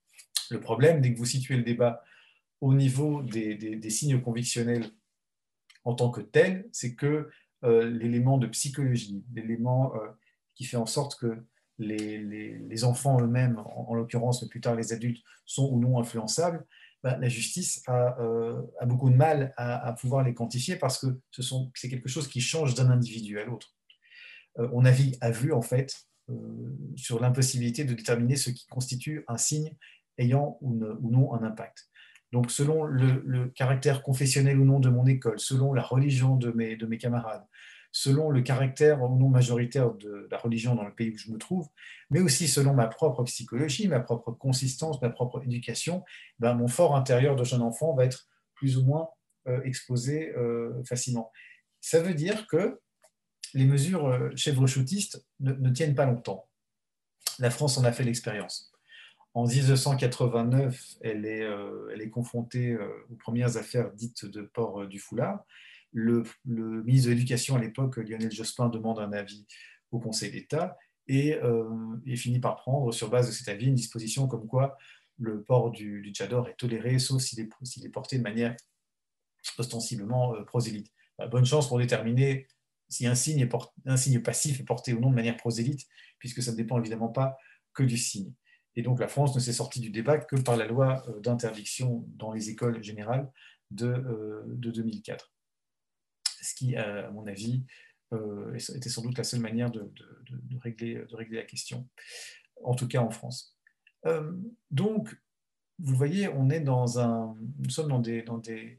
Le problème, dès que vous situez le débat au niveau des signes convictionnels en tant que tels, c'est que l'élément de psychologie, l'élément qui fait en sorte que les enfants eux-mêmes, en l'occurrence, mais plus tard les adultes, sont ou non influençables, la justice a beaucoup de mal à pouvoir les quantifier parce que c'est quelque chose qui change d'un individu à l'autre. On a vu en fait sur l'impossibilité de déterminer ce qui constitue un signe ayant ou non un impact. Donc, selon le caractère confessionnel ou non de mon école, selon la religion de mes camarades, selon le caractère ou non majoritaire de la religion dans le pays où je me trouve, mais aussi selon ma propre psychologie, ma propre consistance, ma propre éducation, mon fort intérieur de jeune enfant va être plus ou moins exposé facilement. Ça veut dire que les mesures chèvre-choutistes ne tiennent pas longtemps. La France en a fait l'expérience. En 1989, elle est confrontée aux premières affaires dites de port du foulard. Le ministre de l'Éducation à l'époque, Lionel Jospin, demande un avis au Conseil d'État et finit par prendre, sur base de cet avis, une disposition comme quoi le port du tchador est toléré, sauf s'il est porté de manière ostensiblement prosélyte. Bonne chance pour déterminer si un signe passif est porté ou non de manière prosélyte, puisque ça ne dépend évidemment pas que du signe. Et donc la France ne s'est sortie du débat que par la loi d'interdiction dans les écoles générales de 2004. Ce qui, à mon avis, était sans doute la seule manière de régler la question, en tout cas en France. Donc, vous voyez, nous sommes dans des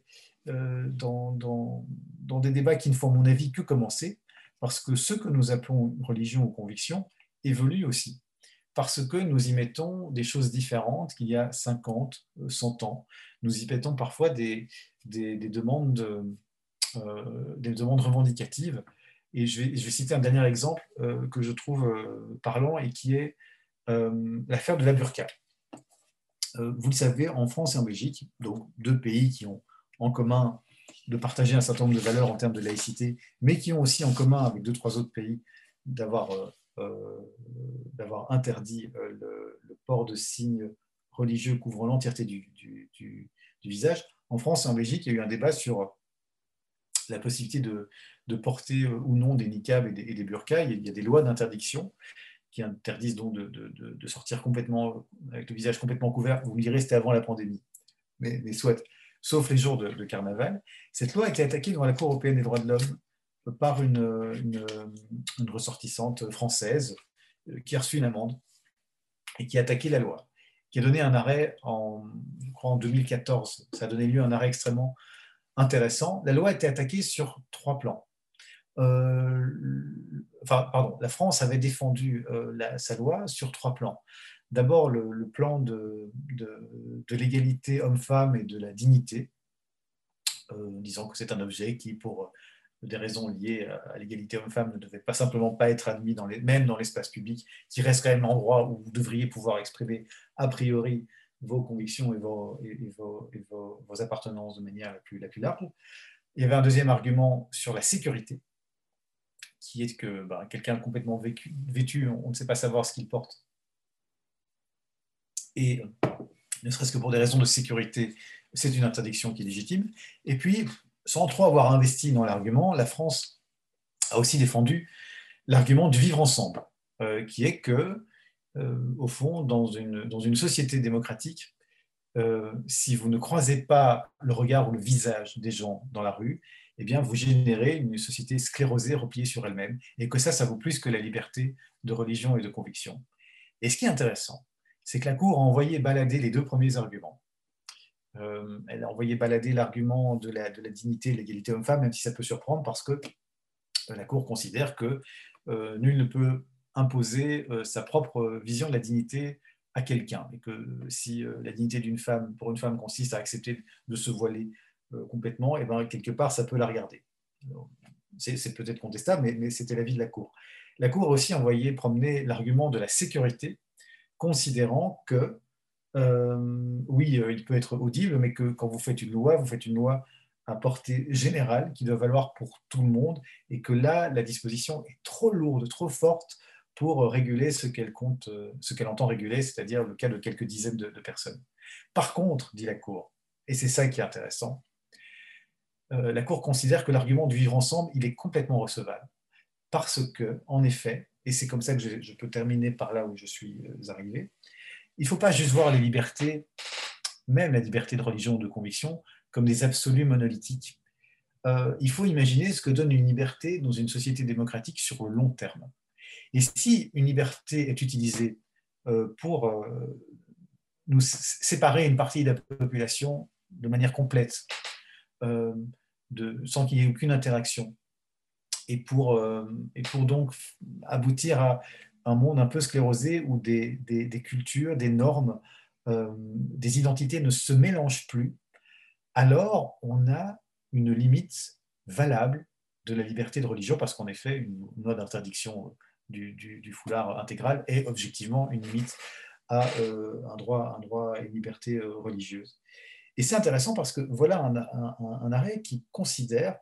débats qui ne font, à mon avis, que commencer, parce que ce que nous appelons religion ou conviction évolue aussi, parce que nous y mettons des choses différentes qu'il y a 50, 100 ans. Nous y mettons parfois des demandes revendicatives. Et je vais citer un dernier exemple que je trouve parlant et qui est l'affaire de la burqa. Vous le savez, en France et en Belgique, donc deux pays qui ont en commun de partager un certain nombre de valeurs en termes de laïcité, mais qui ont aussi en commun avec 2-3 autres pays d'avoir interdit le port de signes religieux couvrant l'entièreté du visage. En France et en Belgique, il y a eu un débat sur la possibilité de porter ou non des niqabs et des burqas. Il y a des lois d'interdiction qui interdisent donc de sortir complètement avec le visage complètement couvert. Vous me direz, c'était avant la pandémie, mais soit, sauf les jours de carnaval. Cette loi a été attaquée devant la Cour européenne des droits de l'homme par une ressortissante française qui a reçu une amende et qui a attaqué la loi, qui a donné un arrêt je crois en 2014. Ça a donné lieu à un arrêt extrêmement intéressant. La loi a été attaquée sur 3 plans. La France avait défendu sa loi sur 3 plans. D'abord, le plan de l'égalité homme-femme et de la dignité, disant que c'est un objet qui, pour des raisons liées à l'égalité homme-femme, ne devait pas simplement pas être admis même dans l'espace public, qui reste quand même l'endroit où vous devriez pouvoir exprimer a priori vos convictions et vos appartenances de manière la plus large. Il y avait un deuxième argument sur la sécurité, qui est que quelqu'un complètement vêtu, on ne sait pas savoir ce qu'il porte. Et ne serait-ce que pour des raisons de sécurité, c'est une interdiction qui est légitime. Et puis, sans trop avoir investi dans l'argument, la France a aussi défendu l'argument du vivre ensemble, qui est que, au fond, dans une société démocratique, si vous ne croisez pas le regard ou le visage des gens dans la rue, eh bien, vous générez une société sclérosée, repliée sur elle-même, et que ça vaut plus que la liberté de religion et de conviction. Et ce qui est intéressant, c'est que la Cour a envoyé balader les 2 premiers arguments. Elle a envoyé balader l'argument de la dignité et de l'égalité homme-femme, même si ça peut surprendre, parce que la Cour considère que nul ne peut imposer sa propre vision de la dignité à quelqu'un, et que si la dignité pour une femme consiste à accepter de se voiler complètement, et quelque part ça peut la regarder. C'est peut-être contestable, mais c'était l'avis de la Cour. La Cour a aussi envoyé promener l'argument de la sécurité, considérant que oui, il peut être audible, mais que quand vous faites une loi à portée générale qui doit valoir pour tout le monde, et que là, la disposition est trop lourde, trop forte pour réguler ce qu'elle entend réguler, c'est-à-dire le cas de quelques dizaines de personnes. Par contre, dit la Cour, et c'est ça qui est intéressant, la Cour considère que l'argument du vivre ensemble, il est complètement recevable. Parce que, en effet, et c'est comme ça que je peux terminer par là où je suis arrivé, il ne faut pas juste voir les libertés, même la liberté de religion ou de conviction, comme des absolus monolithiques. Il faut imaginer ce que donne une liberté dans une société démocratique sur le long terme. Et si une liberté est utilisée pour nous séparer une partie de la population de manière complète, sans qu'il y ait aucune interaction, et pour donc aboutir à un monde un peu sclérosé où des cultures, des normes, des identités ne se mélangent plus, alors on a une limite valable de la liberté de religion, parce qu'en effet, une loi d'interdiction du foulard intégral est objectivement une limite à un droit et une liberté religieuse. Et c'est intéressant parce que voilà un arrêt qui considère,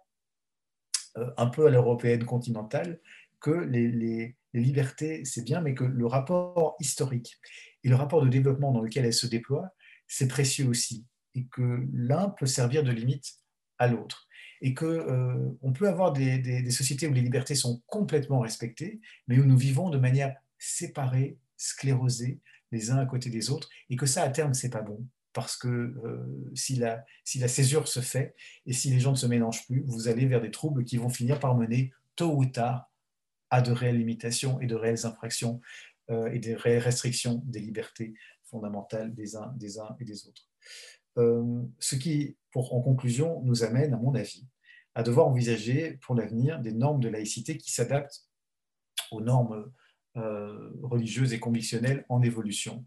un peu à l'européenne continentale, que les libertés, c'est bien, mais que le rapport historique et le rapport de développement dans lequel elles se déploient, c'est précieux aussi, et que l'un peut servir de limite à l'autre. Et qu'on peut avoir des sociétés où les libertés sont complètement respectées, mais où nous vivons de manière séparée, sclérosée, les uns à côté des autres, et que ça, à terme, c'est pas bon. Parce que si la césure se fait, et si les gens ne se mélangent plus, vous allez vers des troubles qui vont finir par mener, tôt ou tard, à de réelles limitations et de réelles infractions et des réelles restrictions des libertés fondamentales des uns et des autres. Ce qui, en conclusion, nous amène, à mon avis, à devoir envisager pour l'avenir des normes de laïcité qui s'adaptent aux normes religieuses et convictionnelles en évolution.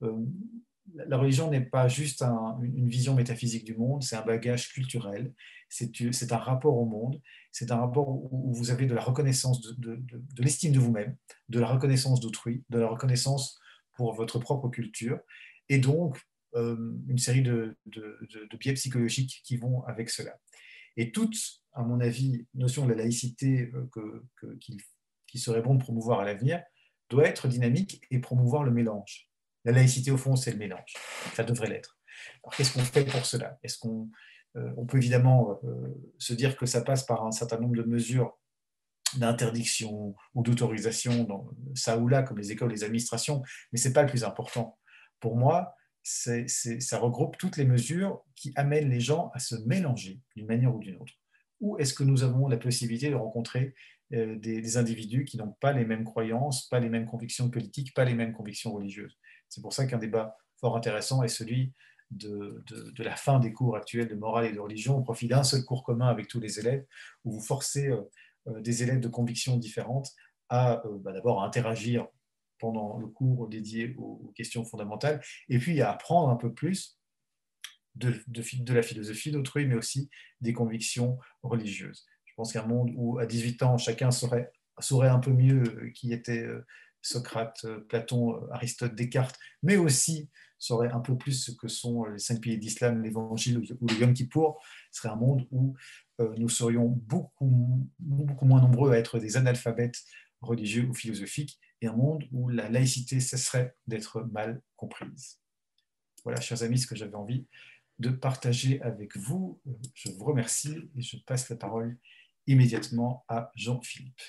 La religion n'est pas juste une vision métaphysique du monde, c'est un bagage culturel, c'est un rapport au monde, c'est un rapport où vous avez de la reconnaissance de l'estime de vous-même, de la reconnaissance d'autrui, de la reconnaissance pour votre propre culture, et donc une série de biais psychologiques qui vont avec cela. Et toute, à mon avis, notion de la laïcité qui serait bon de promouvoir à l'avenir doit être dynamique et promouvoir le mélange. La laïcité, au fond, c'est le mélange. Ça devrait l'être. Alors, qu'est-ce qu'on fait pour cela? Est-ce qu'on on peut évidemment se dire que ça passe par un certain nombre de mesures d'interdiction ou d'autorisation, dans ça ou là, comme les écoles, les administrations, mais ce n'est pas le plus important. Pour moi, ça regroupe toutes les mesures qui amènent les gens à se mélanger d'une manière ou d'une autre. Ou est-ce que nous avons la possibilité de rencontrer des individus qui n'ont pas les mêmes croyances, pas les mêmes convictions politiques, pas les mêmes convictions religieuses? C'est pour ça qu'un débat fort intéressant est celui de la fin des cours actuels de morale et de religion au profit d'un seul cours commun avec tous les élèves, où vous forcez des élèves de convictions différentes à d'abord à interagir pendant le cours dédié aux questions fondamentales, et puis à apprendre un peu plus de la philosophie d'autrui, mais aussi des convictions religieuses. Je pense qu'un monde où à 18 ans, chacun saurait un peu mieux qui était Socrate, Platon, Aristote, Descartes, mais aussi saurait un peu plus ce que sont les 5 piliers d'islam, l'évangile ou le Yom Kippour, serait un monde où nous serions beaucoup moins nombreux à être des analphabètes religieux ou philosophiques, et un monde où la laïcité cesserait d'être mal comprise. Voilà, chers amis, ce que j'avais envie de partager avec vous. Je vous remercie et je passe la parole immédiatement à Jean-Philippe.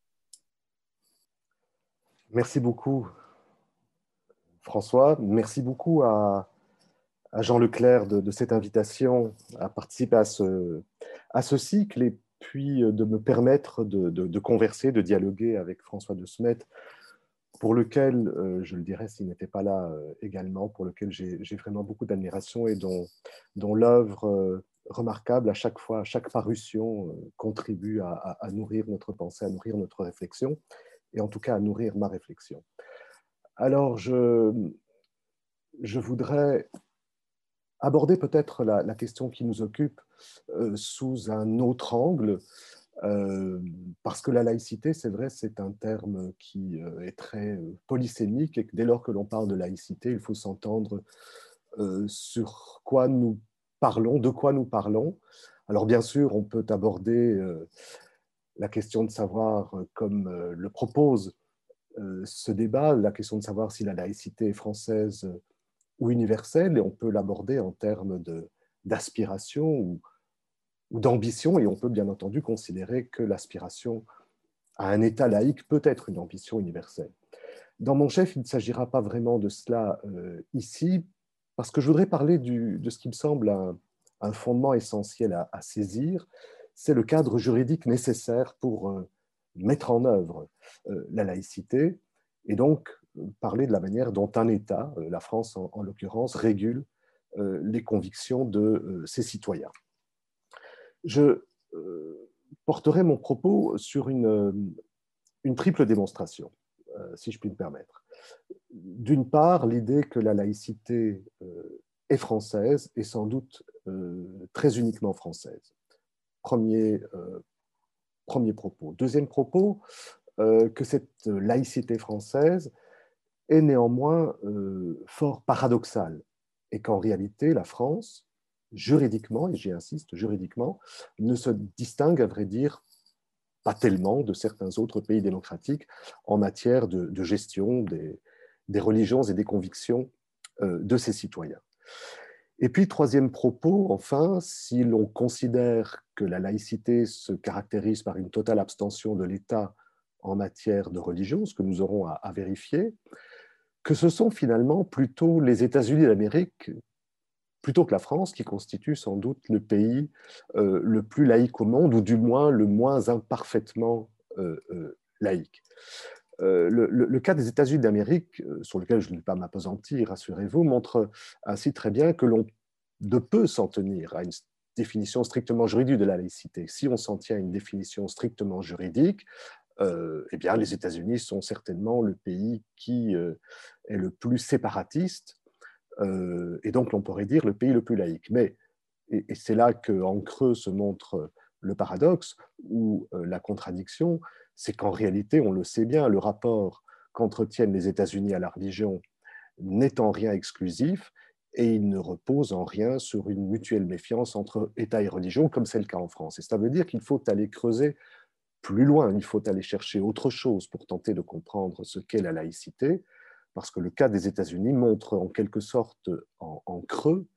Merci beaucoup, François. Merci beaucoup à Jean Leclerc de cette invitation à participer à ce cycle, et puis de me permettre de converser, de dialoguer avec François de Smet, pour lequel, je le dirais s'il n'était pas là également, pour lequel j'ai vraiment beaucoup d'admiration et dont l'œuvre remarquable à chaque fois, à chaque parution, contribue à nourrir notre pensée, à nourrir notre réflexion, et en tout cas à nourrir ma réflexion. Alors, je voudrais aborder peut-être la question qui nous occupe sous un autre angle, parce que la laïcité, c'est vrai, c'est un terme qui est très polysémique, et que dès lors que l'on parle de laïcité, il faut s'entendre sur quoi nous parlons, de quoi nous parlons. Alors bien sûr, on peut aborder la question de savoir, comme le propose ce débat, la question de savoir si la laïcité française ou universelle, et on peut l'aborder en termes d'aspiration ou d'ambition, et on peut bien entendu considérer que l'aspiration à un État laïque peut être une ambition universelle. Dans mon chef, il ne s'agira pas vraiment de cela ici, parce que je voudrais parler de ce qui me semble un fondement essentiel à saisir, c'est le cadre juridique nécessaire pour mettre en œuvre la laïcité, et donc parler de la manière dont un État, la France en l'occurrence, régule les convictions de ses citoyens. Je porterai mon propos sur une triple démonstration, si je puis me permettre. D'une part, l'idée que la laïcité est française et sans doute très uniquement française. Premier propos. Deuxième propos, que cette laïcité française est néanmoins fort paradoxale et qu'en réalité, la France, juridiquement, et j'y insiste, juridiquement, ne se distingue, à vrai dire, pas tellement de certains autres pays démocratiques en matière de gestion des religions et des convictions de ses citoyens. Et puis, troisième propos, enfin, si l'on considère que la laïcité se caractérise par une totale abstention de l'État en matière de religion, ce que nous aurons à vérifier, que ce sont finalement plutôt les États-Unis d'Amérique, plutôt que la France, qui constitue sans doute le pays le plus laïque au monde, ou du moins le moins imparfaitement laïque. Le cas des États-Unis d'Amérique, sur lequel je ne vais pas m'appesantir, rassurez-vous, montre ainsi très bien que l'on ne peut s'en tenir à une définition strictement juridique de la laïcité. Si on s'en tient à une définition strictement juridique, eh bien, les États-Unis sont certainement le pays qui est le plus séparatiste, et donc on pourrait dire le pays le plus laïque. Mais, et c'est là qu'en creux se montre le paradoxe ou la contradiction, c'est qu'en réalité, on le sait bien, le rapport qu'entretiennent les États-Unis à la religion n'est en rien exclusif et il ne repose en rien sur une mutuelle méfiance entre État et religion, comme c'est le cas en France. Et ça veut dire qu'il faut aller creuser plus loin, il faut aller chercher autre chose pour tenter de comprendre ce qu'est la laïcité, parce que le cas des États-Unis montre en quelque sorte en creux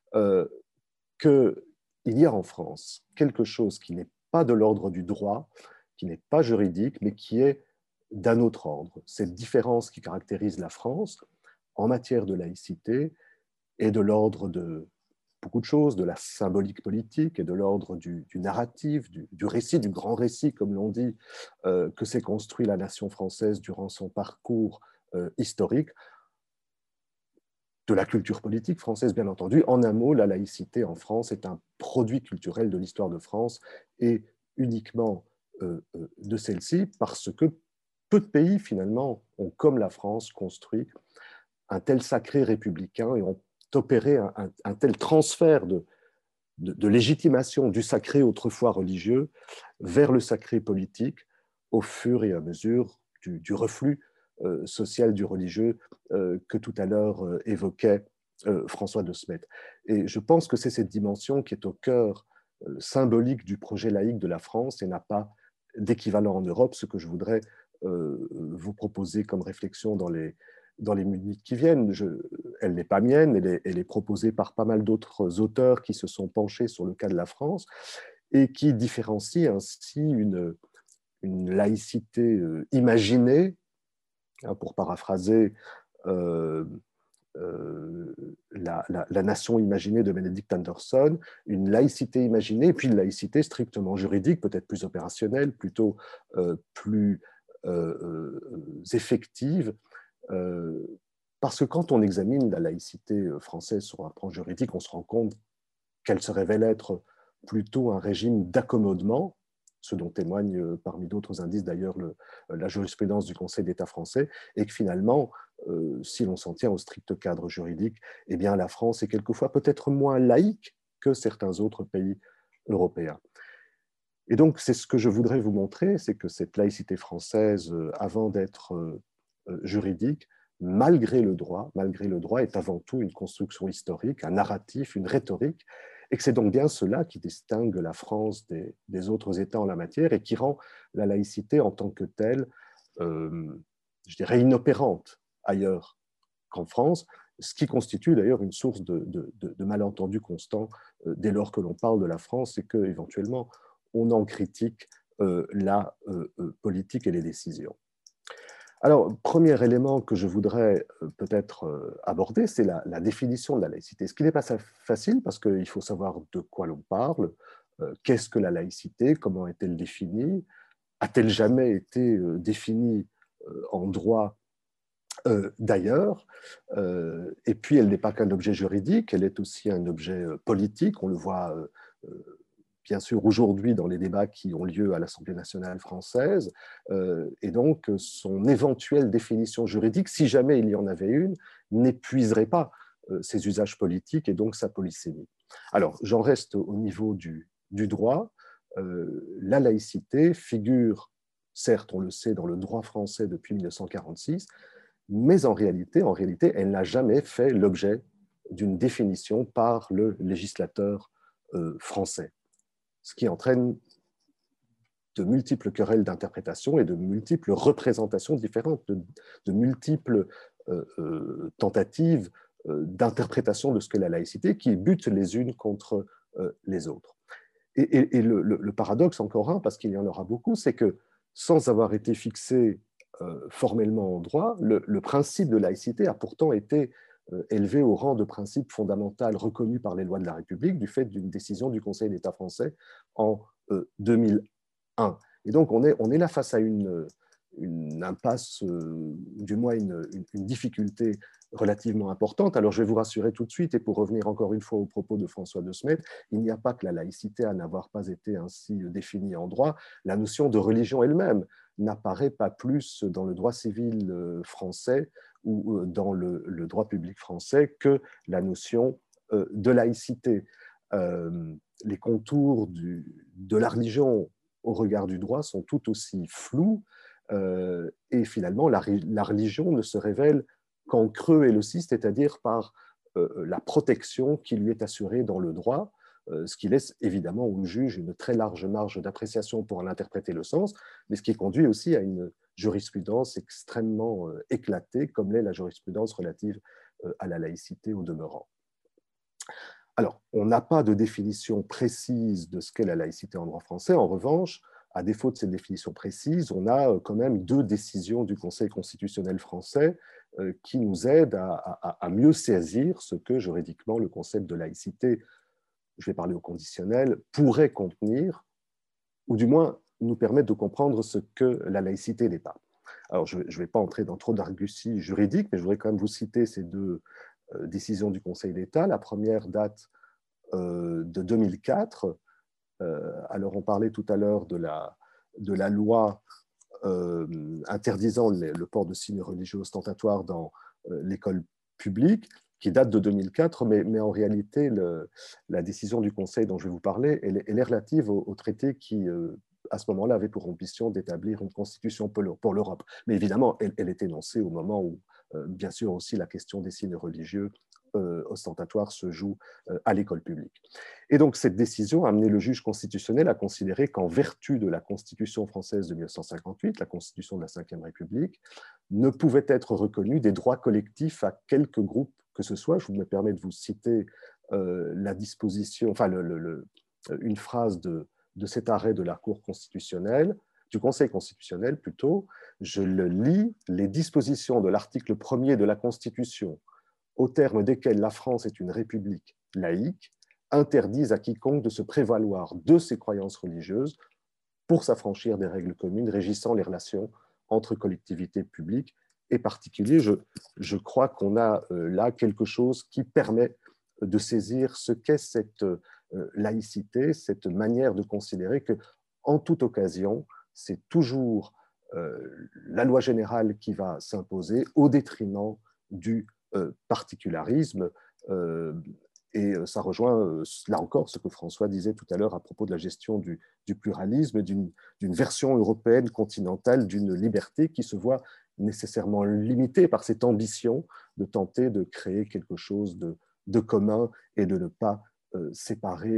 qu'il y a en France quelque chose qui n'est pas de l'ordre du droit, qui n'est pas juridique, mais qui est d'un autre ordre. Cette différence qui caractérise la France en matière de laïcité est de l'ordre de beaucoup de choses, de la symbolique politique et de l'ordre du narratif, du récit, du grand récit, comme l'on dit, que s'est construit la nation française durant son parcours historique, de la culture politique française, bien entendu. En un mot, la laïcité en France est un produit culturel de l'histoire de France et uniquement de celle-ci, parce que peu de pays, finalement, ont, comme la France, construit un tel sacré républicain et ont opéré un tel transfert de légitimation du sacré autrefois religieux vers le sacré politique au fur et à mesure du reflux social du religieux que tout à l'heure évoquait François de Smet. Et je pense que c'est cette dimension qui est au cœur symbolique du projet laïque de la France et n'a pas d'équivalent en Europe, ce que je voudrais vous proposer comme réflexion dans les minutes qui viennent. Elle n'est pas mienne, elle est proposée par pas mal d'autres auteurs qui se sont penchés sur le cas de la France et qui différencient ainsi une laïcité imaginée, pour paraphraser la nation imaginée de Benedict Anderson, une laïcité imaginée, et puis une laïcité strictement juridique, peut-être plus opérationnelle, plutôt plus effective, parce que quand on examine la laïcité française sur un plan juridique, on se rend compte qu'elle se révèle être plutôt un régime d'accommodement, ce dont témoigne parmi d'autres indices d'ailleurs la jurisprudence du Conseil d'État français, et que finalement, si l'on s'en tient au strict cadre juridique, eh bien la France est quelquefois peut-être moins laïque que certains autres pays européens. Et donc c'est ce que je voudrais vous montrer, c'est que cette laïcité française, avant d'être juridique, malgré le droit, est avant tout une construction historique, un narratif, une rhétorique, et que c'est donc bien cela qui distingue la France des autres États en la matière et qui rend la laïcité en tant que telle, je dirais, inopérante ailleurs qu'en France, ce qui constitue d'ailleurs une source de malentendus constants dès lors que l'on parle de la France et qu'éventuellement on en critique la politique et les décisions. Alors, premier élément que je voudrais peut-être aborder, c'est la définition de la laïcité. Ce qui n'est pas facile parce qu'il faut savoir de quoi l'on parle, qu'est-ce que la laïcité, comment est-elle définie, a-t-elle jamais été définie en droit d'ailleurs, et puis elle n'est pas qu'un objet juridique, elle est aussi un objet politique, on le voit bien sûr aujourd'hui dans les débats qui ont lieu à l'Assemblée nationale française, et donc son éventuelle définition juridique, si jamais il y en avait une, n'épuiserait pas ses usages politiques et donc sa polysémie. Alors, j'en reste au niveau du droit. La laïcité figure, certes, on le sait, dans le droit français depuis 1946, mais en réalité, elle n'a jamais fait l'objet d'une définition par le législateur français, ce qui entraîne de multiples querelles d'interprétation et de multiples représentations différentes, de multiples tentatives d'interprétation de ce qu'est la laïcité qui butent les unes contre les autres. Et le paradoxe, encore un, parce qu'il y en aura beaucoup, c'est que sans avoir été fixé formellement en droit, le principe de laïcité a pourtant été élevé au rang de principe fondamental reconnu par les lois de la République du fait d'une décision du Conseil d'État français en 2001. Et donc on est là face à une impasse, du moins une difficulté relativement importante. Alors je vais vous rassurer tout de suite, et pour revenir encore une fois aux propos de François de Smet, il n'y a pas que la laïcité à n'avoir pas été ainsi définie en droit. La notion de religion elle-même n'apparaît pas plus dans le droit civil français ou dans le droit public français que la notion de laïcité. Les contours de la religion au regard du droit sont tout aussi flous, et finalement la religion ne se révèle qu'en creux et le cis, c'est-à-dire par la protection qui lui est assurée dans le droit, ce qui laisse évidemment au juge une très large marge d'appréciation pour en interpréter le sens, mais ce qui conduit aussi à une jurisprudence extrêmement éclatée, comme l'est la jurisprudence relative à la laïcité au demeurant. Alors, on n'a pas de définition précise de ce qu'est la laïcité en droit français. En revanche, à défaut de cette définition précise, on a quand même 2 décisions du Conseil constitutionnel français qui nous aident à mieux saisir ce que juridiquement le concept de laïcité, je vais parler au conditionnel, pourrait contenir, ou du moins nous permettre de comprendre ce que la laïcité n'est pas. Alors, je ne vais pas entrer dans trop d'argusties juridiques, mais je voudrais quand même vous citer ces 2 décisions du Conseil d'État. La première date de 2004. Alors, on parlait tout à l'heure de la loi interdisant le port de signes religieux ostentatoires dans l'école publique, qui date de 2004, mais en réalité, la décision du Conseil dont je vais vous parler, elle est relative au traité qui, à ce moment-là, avait pour ambition d'établir une constitution pour l'Europe. Mais évidemment, elle est énoncée au moment où, bien sûr, aussi la question des signes religieux ostentatoire se joue à l'école publique. Et donc cette décision a amené le juge constitutionnel à considérer qu'en vertu de la Constitution française de 1958, la Constitution de la Ve République, ne pouvaient être reconnus des droits collectifs à quelque groupe que ce soit. Je me permets de vous citer la disposition, enfin une phrase de cet arrêt de la Cour constitutionnelle, du Conseil constitutionnel plutôt. Je le lis: les dispositions de l'article 1er de la Constitution, au terme desquels la France est une république laïque, interdisent à quiconque de se prévaloir de ses croyances religieuses pour s'affranchir des règles communes régissant les relations entre collectivités publiques et particuliers. Je crois qu'on a là quelque chose qui permet de saisir ce qu'est cette laïcité, cette manière de considérer que, en toute occasion, c'est toujours la loi générale qui va s'imposer au détriment du particularisme, et ça rejoint là encore ce que François disait tout à l'heure à propos de la gestion du pluralisme, d'une version européenne continentale d'une liberté qui se voit nécessairement limitée par cette ambition de tenter de créer quelque chose de commun et de ne pas séparer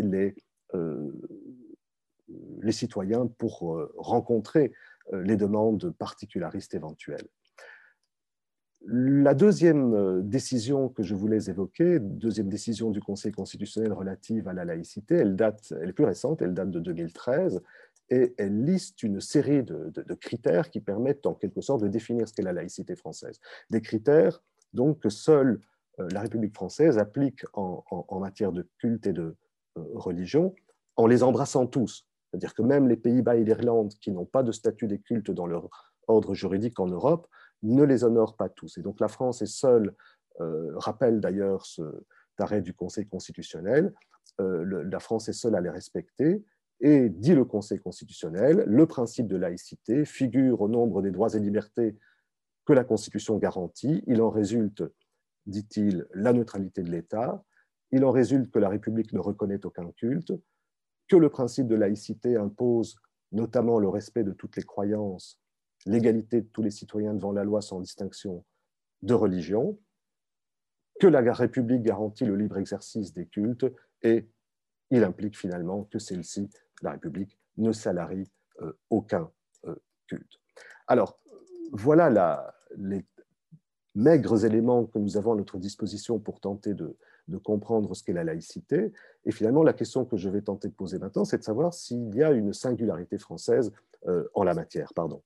les citoyens pour rencontrer les demandes particularistes éventuelles. La deuxième décision que je voulais évoquer, deuxième décision du Conseil constitutionnel relative à la laïcité, elle est plus récente, elle date de 2013, et elle liste une série de critères qui permettent en quelque sorte de définir ce qu'est la laïcité française. Des critères donc que seule la République française applique en matière de culte et de religion, en les embrassant tous. C'est-à-dire que même les Pays-Bas et l'Irlande, qui n'ont pas de statut des cultes dans leur ordre juridique en Europe, ne les honorent pas tous. Et donc la France est seule, rappelle d'ailleurs cet arrêt du Conseil constitutionnel, la France est seule à les respecter, et dit le Conseil constitutionnel, le principe de laïcité figure au nombre des droits et libertés que la Constitution garantit. Il en résulte, dit-il, la neutralité de l'État. Il en résulte que la République ne reconnaît aucun culte, que le principe de laïcité impose notamment le respect de toutes les croyances, l'égalité de tous les citoyens devant la loi sans distinction de religion, que la République garantit le libre exercice des cultes et il implique finalement que celle-ci, la République, ne salarie aucun culte. Alors, voilà les maigres éléments que nous avons à notre disposition pour tenter de comprendre ce qu'est la laïcité. Et finalement, la question que je vais tenter de poser maintenant, c'est de savoir s'il y a une singularité française en la matière. Pardon.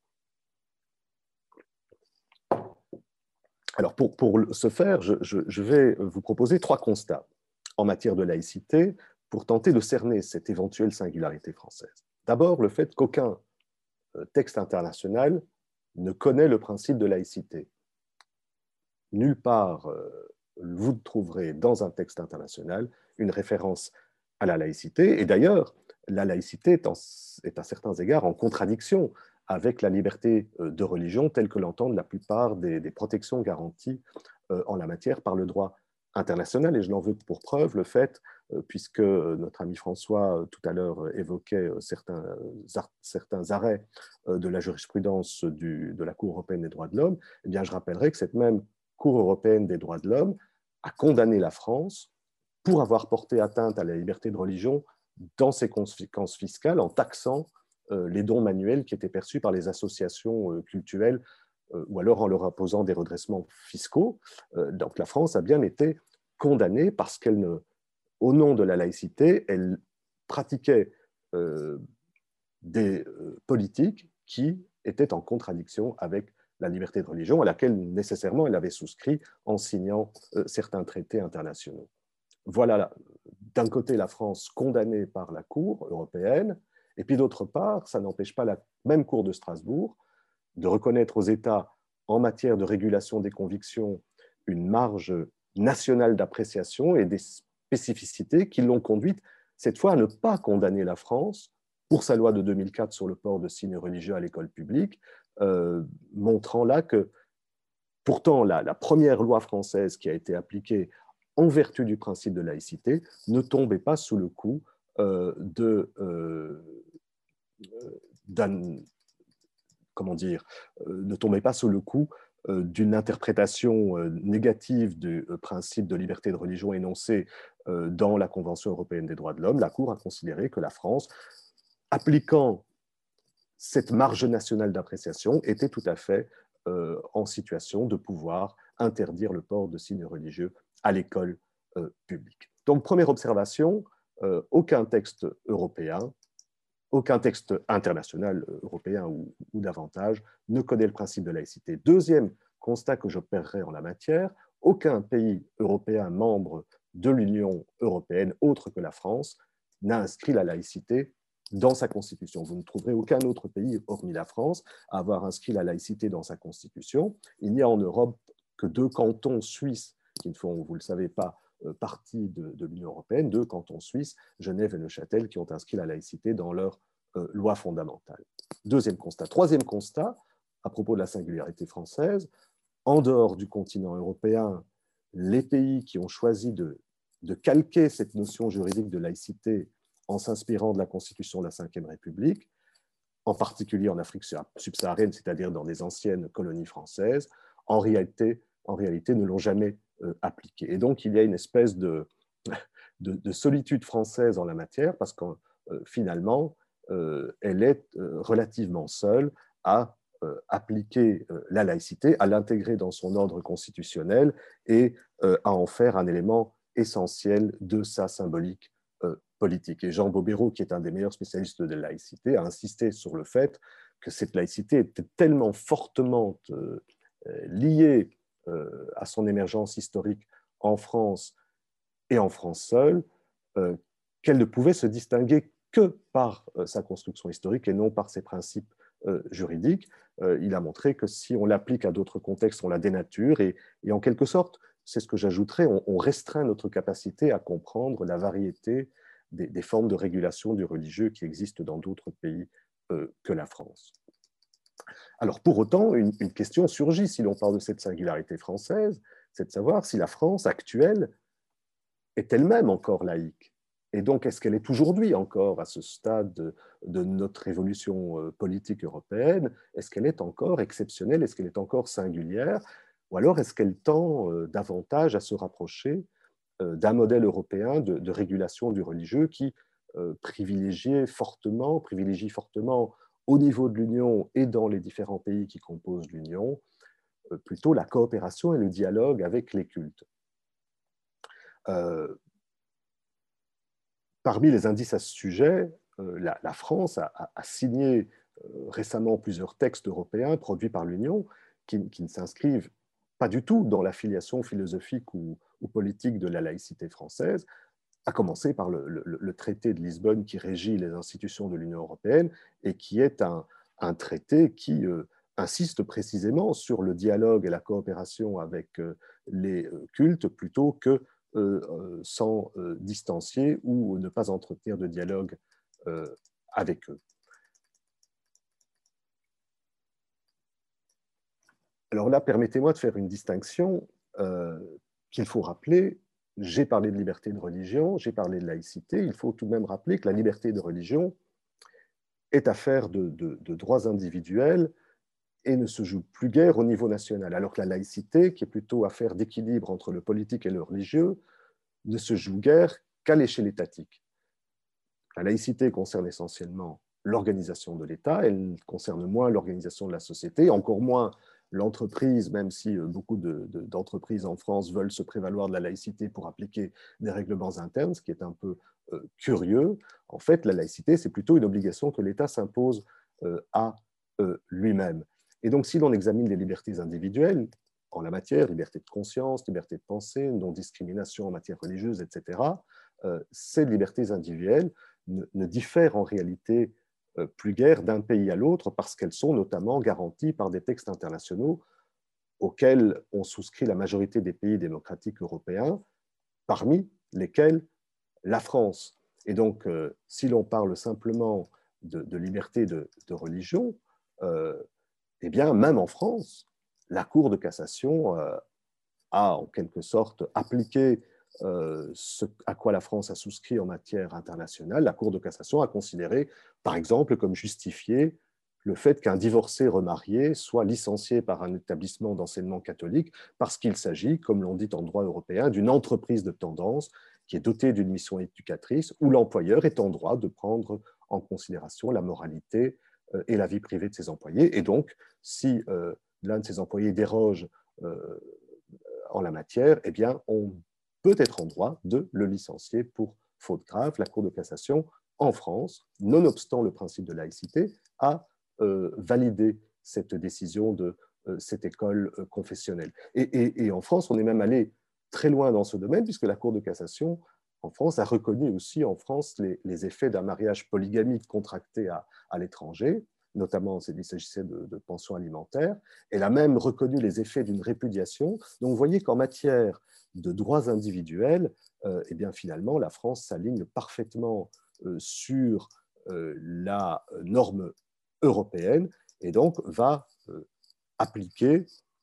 Alors, pour ce faire, je vais vous proposer 3 constats en matière de laïcité pour tenter de cerner cette éventuelle singularité française. D'abord, le fait qu'aucun texte international ne connaît le principe de laïcité. Nulle part, vous trouverez dans un texte international une référence à la laïcité. Et d'ailleurs, la laïcité est à certains égards en contradiction avec la liberté de religion telle que l'entendent la plupart des protections garanties en la matière par le droit international. Et je n'en veux pour preuve le fait, puisque notre ami François tout à l'heure évoquait certains arrêts de la jurisprudence de la Cour européenne des droits de l'homme, eh bien je rappellerai que cette même Cour européenne des droits de l'homme a condamné la France pour avoir porté atteinte à la liberté de religion dans ses conséquences fiscales en taxant les dons manuels qui étaient perçus par les associations cultuelles ou alors en leur imposant des redressements fiscaux. Donc la France a bien été condamnée parce au nom de la laïcité, elle pratiquait des politiques qui étaient en contradiction avec la liberté de religion, à laquelle nécessairement elle avait souscrit en signant certains traités internationaux. Voilà, d'un côté, la France condamnée par la Cour européenne, et puis d'autre part, ça n'empêche pas la même Cour de Strasbourg de reconnaître aux États, en matière de régulation des convictions, une marge nationale d'appréciation et des spécificités qui l'ont conduite, cette fois, à ne pas condamner la France pour sa loi de 2004 sur le port de signes religieux à l'école publique, montrant là que pourtant la première loi française qui a été appliquée en vertu du principe de laïcité ne tombait pas sous le coup ne tombait pas sous le coup d'une interprétation négative du principe de liberté de religion énoncé dans la Convention européenne des droits de l'homme. La Cour a considéré que la France, appliquant cette marge nationale d'appréciation, était tout à fait en situation de pouvoir interdire le port de signes religieux à l'école publique. Donc, première observation, aucun texte européen, aucun texte international européen ou davantage ne connaît le principe de laïcité. Deuxième constat que j'opérerai en la matière, aucun pays européen membre de l'Union européenne, autre que la France, n'a inscrit la laïcité dans sa constitution. Vous ne trouverez aucun autre pays, hormis la France, à avoir inscrit la laïcité dans sa constitution. Il n'y a en Europe que 2 cantons suisses qui ne font, vous le savez pas, partie de l'Union européenne, 2 cantons suisses, Genève et Neuchâtel, qui ont inscrit la laïcité dans leur loi fondamentale. Deuxième constat. Troisième constat, à propos de la singularité française, en dehors du continent européen, les pays qui ont choisi de calquer cette notion juridique de laïcité en s'inspirant de la Constitution de la Ve République, en particulier en Afrique subsaharienne, c'est-à-dire dans les anciennes colonies françaises, en réalité ne l'ont jamais appliquée. Et donc, il y a une espèce de solitude française en la matière, parce que finalement, elle est relativement seule à appliquer la laïcité, à l'intégrer dans son ordre constitutionnel et à en faire un élément essentiel de sa symbolique politique. Et Jean Bobéro, qui est un des meilleurs spécialistes de la laïcité, a insisté sur le fait que cette laïcité était tellement fortement liée à son émergence historique en France et en France seule, qu'elle ne pouvait se distinguer que par sa construction historique et non par ses principes juridiques. Il a montré que si on l'applique à d'autres contextes, on la dénature et en quelque sorte, c'est ce que j'ajouterais, on restreint notre capacité à comprendre la variété des formes de régulation du religieux qui existent dans d'autres pays que la France. Alors pour autant, une question surgit si l'on parle de cette singularité française, c'est de savoir si la France actuelle est elle-même encore laïque. Et donc, est-ce qu'elle est aujourd'hui encore, à ce stade de notre évolution politique européenne, est-ce qu'elle est encore exceptionnelle, est-ce qu'elle est encore singulière, ou alors est-ce qu'elle tend davantage à se rapprocher d'un modèle européen de régulation du religieux qui privilégie fortement au niveau de l'Union et dans les différents pays qui composent l'Union, plutôt la coopération et le dialogue avec les cultes. Parmi les indices à ce sujet, la France a signé récemment plusieurs textes européens produits par l'Union qui ne s'inscrivent pas du tout dans l'affiliation philosophique ou politique de la laïcité française, à commencer par le traité de Lisbonne qui régit les institutions de l'Union européenne et qui est un traité qui insiste précisément sur le dialogue et la coopération avec les cultes plutôt que s'en distancier ou ne pas entretenir de dialogue avec eux. Alors là, permettez-moi de faire une distinction qu'il faut rappeler. J'ai parlé de liberté de religion, j'ai parlé de laïcité. Il faut tout de même rappeler que la liberté de religion est affaire de droits individuels et ne se joue plus guère au niveau national, alors que la laïcité, qui est plutôt affaire d'équilibre entre le politique et le religieux, ne se joue guère qu'à l'échelle étatique. La laïcité concerne essentiellement l'organisation de l'État, elle concerne moins l'organisation de la société, encore moins l'entreprise, même si beaucoup d'entreprises en France veulent se prévaloir de la laïcité pour appliquer des règlements internes, ce qui est un peu curieux. En fait, la laïcité, c'est plutôt une obligation que l'État s'impose à lui-même. Et donc, si l'on examine les libertés individuelles, en la matière, liberté de conscience, liberté de pensée, non-discrimination en matière religieuse, etc., ces libertés individuelles ne diffèrent en réalité plus guère d'un pays à l'autre parce qu'elles sont notamment garanties par des textes internationaux auxquels ont souscrit la majorité des pays démocratiques européens, parmi lesquels la France. Et donc, si l'on parle simplement de liberté de religion, eh bien, même en France, la Cour de cassation a en quelque sorte appliqué ce à quoi la France a souscrit en matière internationale. La Cour de cassation a considéré, par exemple, comme justifié le fait qu'un divorcé remarié soit licencié par un établissement d'enseignement catholique parce qu'il s'agit, comme l'on dit en droit européen, d'une entreprise de tendance qui est dotée d'une mission éducatrice où l'employeur est en droit de prendre en considération la moralité et la vie privée de ses employés. Et donc, si l'un de ses employés déroge en la matière, eh bien, on peut être en droit de le licencier pour faute grave. La Cour de cassation, en France, nonobstant le principe de laïcité, a validé cette décision de cette école confessionnelle. Et en France, on est même allé très loin dans ce domaine, puisque la Cour de cassation, en France, a reconnu aussi en France les effets d'un mariage polygamique contracté à l'étranger, notamment s'il s'agissait de pensions alimentaires. Elle a même reconnu les effets d'une répudiation. Donc, vous voyez qu'en matière de droits individuels, eh bien, finalement, la France s'aligne parfaitement sur la norme européenne et donc va appliquer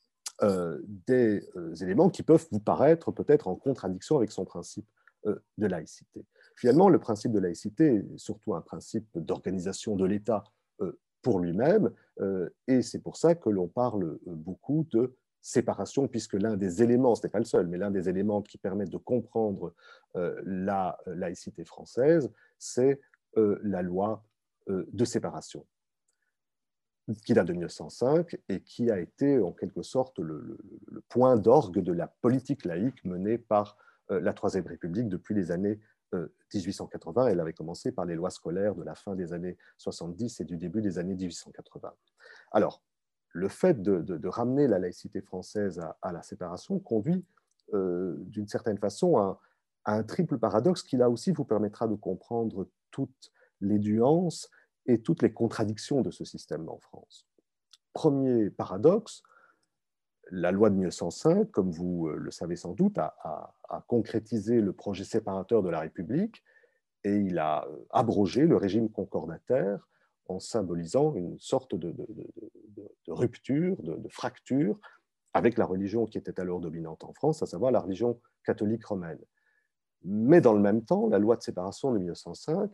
des éléments qui peuvent vous paraître peut-être en contradiction avec son principe de laïcité. Finalement, le principe de laïcité est surtout un principe d'organisation de l'État pour lui-même, et c'est pour ça que l'on parle beaucoup de séparation, puisque l'un des éléments, ce n'est pas le seul, mais l'un des éléments qui permettent de comprendre la laïcité française, c'est la loi de séparation. qui date de 1905 et qui a été en quelque sorte le point d'orgue de la politique laïque menée par la Troisième République depuis les années 1880. Elle avait commencé par les lois scolaires de la fin des années 70 et du début des années 1880. Alors, le fait de ramener la laïcité française à la séparation conduit d'une certaine façon à un triple paradoxe qui, là aussi, vous permettra de comprendre toutes les nuances et toutes les contradictions de ce système en France. Premier paradoxe, la loi de 1905, comme vous le savez sans doute, a concrétisé le projet séparateur de la République et il a abrogé le régime concordataire en symbolisant une sorte de rupture, de fracture avec la religion qui était alors dominante en France, à savoir la religion catholique romaine. Mais dans le même temps, la loi de séparation de 1905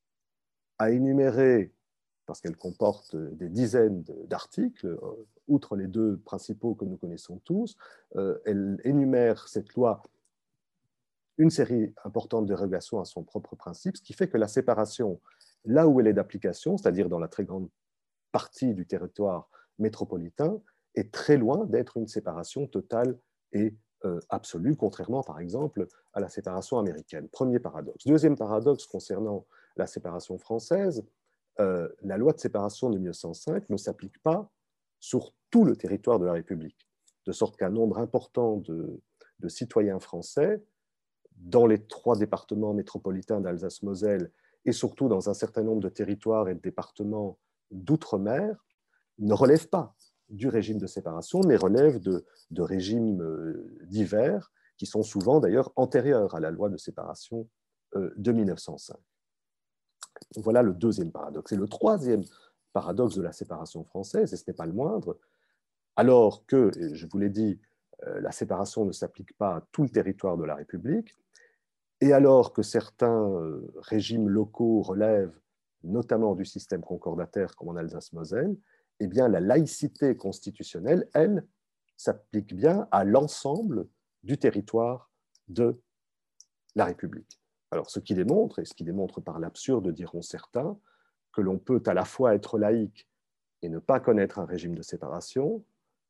a énuméré, parce qu'elle comporte des dizaines d'articles, outre les deux principaux que nous connaissons tous, elle énumère, cette loi, une série importante de dérogations à son propre principe, ce qui fait que la séparation, là où elle est d'application, c'est-à-dire dans la très grande partie du territoire métropolitain, est très loin d'être une séparation totale et absolue, contrairement par exemple à la séparation américaine. Premier paradoxe. Deuxième paradoxe concernant la séparation française, la loi de séparation de 1905 ne s'applique pas sur tout le territoire de la République, de sorte qu'un nombre important de citoyens français dans les 3 départements métropolitains d'Alsace-Moselle et surtout dans un certain nombre de territoires et de départements d'outre-mer ne relèvent pas du régime de séparation, mais relèvent de régimes divers qui sont souvent d'ailleurs antérieurs à la loi de séparation de 1905. Voilà le deuxième paradoxe. Et le troisième paradoxe de la séparation française, et ce n'est pas le moindre, alors que, je vous l'ai dit, la séparation ne s'applique pas à tout le territoire de la République, et alors que certains régimes locaux relèvent notamment du système concordataire comme en Alsace-Moselle, eh bien la laïcité constitutionnelle, elle, s'applique bien à l'ensemble du territoire de la République. Alors, ce qui démontre, et ce qui démontre par l'absurde, diront certains, que l'on peut à la fois être laïque et ne pas connaître un régime de séparation,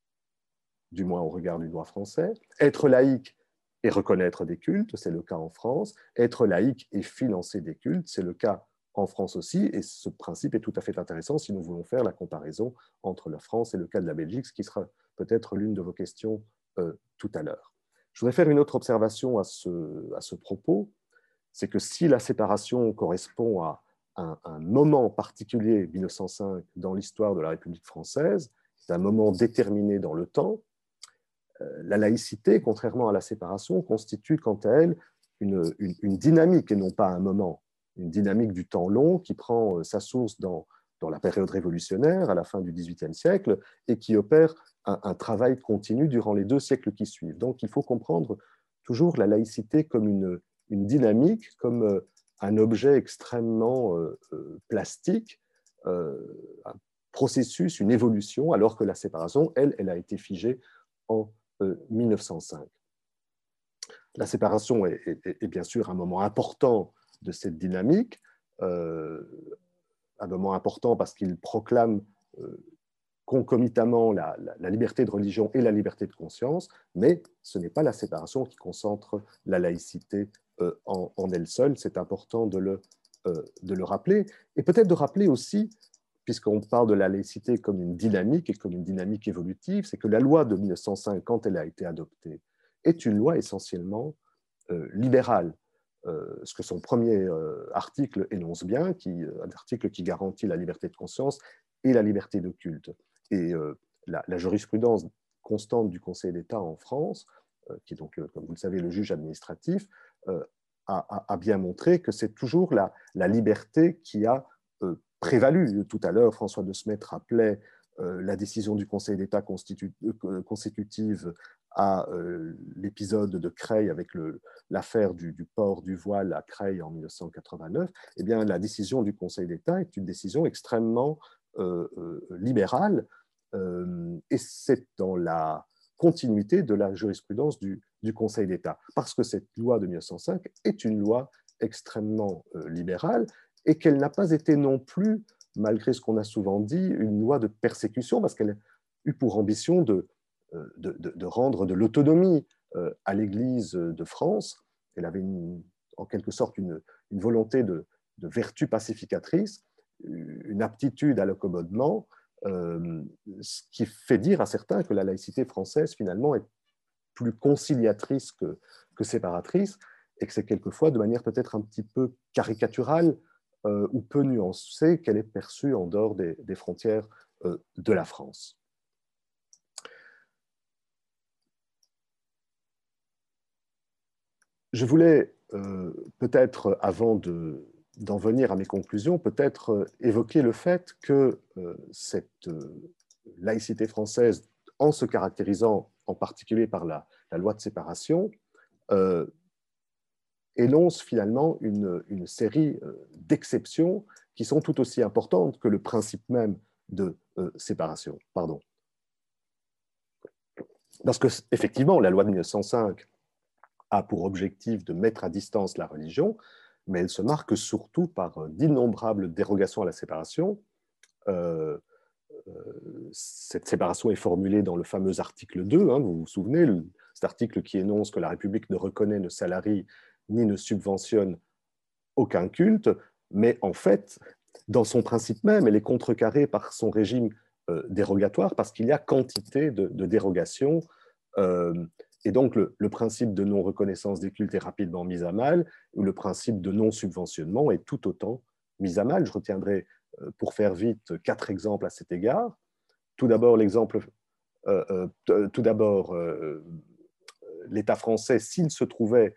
du moins au regard du droit français, être laïque et reconnaître des cultes, c'est le cas en France, être laïque et financer des cultes, c'est le cas en France aussi, et ce principe est tout à fait intéressant si nous voulons faire la comparaison entre la France et le cas de la Belgique, ce qui sera peut-être l'une de vos questions tout à l'heure. Je voudrais faire une autre observation à ce propos, c'est que si la séparation correspond à un moment particulier, 1905, dans l'histoire de la République française, c'est un moment déterminé dans le temps, la laïcité, contrairement à la séparation, constitue quant à elle une dynamique et non pas un moment, une dynamique du temps long qui prend sa source dans la période révolutionnaire, à la fin du XVIIIe siècle, et qui opère un travail continu durant les 2 siècles qui suivent. Donc il faut comprendre toujours la laïcité comme une dynamique, comme un objet extrêmement plastique, un processus, une évolution, alors que la séparation, elle a été figée en 1905. La séparation est bien sûr un moment important de cette dynamique, un moment important parce qu'il proclame concomitamment la liberté de religion et la liberté de conscience, mais ce n'est pas la séparation qui concentre la laïcité en elle seule. C'est important de le rappeler, et peut-être de rappeler aussi, puisqu'on parle de la laïcité comme une dynamique et comme une dynamique évolutive, c'est que la loi de 1905, quand elle a été adoptée, est une loi essentiellement libérale. Ce que son premier article énonce bien, un article qui garantit la liberté de conscience et la liberté de culte. Et la jurisprudence constante du Conseil d'État en France, qui est donc, comme vous le savez, le juge administratif, a bien montré que c'est toujours la liberté qui a prévalu. Tout à l'heure, François de Smet rappelait la décision du Conseil d'État consécutive à l'épisode de Creil avec l'affaire du port du voile à Creil en 1989. Eh bien, la décision du Conseil d'État est une décision extrêmement libérale, et c'est dans la continuité de la jurisprudence du Conseil d'État, parce que cette loi de 1905 est une loi extrêmement libérale et qu'elle n'a pas été non plus malgré ce qu'on a souvent dit, une loi de persécution, parce qu'elle a eu pour ambition de rendre de l'autonomie à l'Église de France. Elle avait en quelque sorte une volonté de vertu pacificatrice, une aptitude à l'accommodement, ce qui fait dire à certains que la laïcité française, finalement, est plus conciliatrice que séparatrice, et que c'est quelquefois, de manière peut-être un petit peu caricaturale ou peu nuancée, qu'elle est perçue en dehors des frontières de la France. Je voulais peut-être, avant d'en venir à mes conclusions, peut-être évoquer le fait que cette laïcité française, en se caractérisant en particulier par la loi de séparation, énonce finalement une série d'exceptions qui sont tout aussi importantes que le principe même de séparation. Pardon. Parce que, effectivement, la loi de 1905 a pour objectif de mettre à distance la religion, mais elle se marque surtout par d'innombrables dérogations à la séparation. Cette séparation est formulée dans le fameux article 2, hein, vous vous souvenez, cet article qui énonce que la République ne reconnaît, ne salarie ni ne subventionne aucun culte, mais en fait, dans son principe même, elle est contrecarrée par son régime dérogatoire, parce qu'il y a quantité de dérogations. Et donc, le principe de non-reconnaissance des cultes est rapidement mis à mal, ou le principe de non-subventionnement est tout autant mis à mal. Je retiendrai, pour faire vite, 4 exemples à cet égard. Tout d'abord, l'État français, s'il se trouvait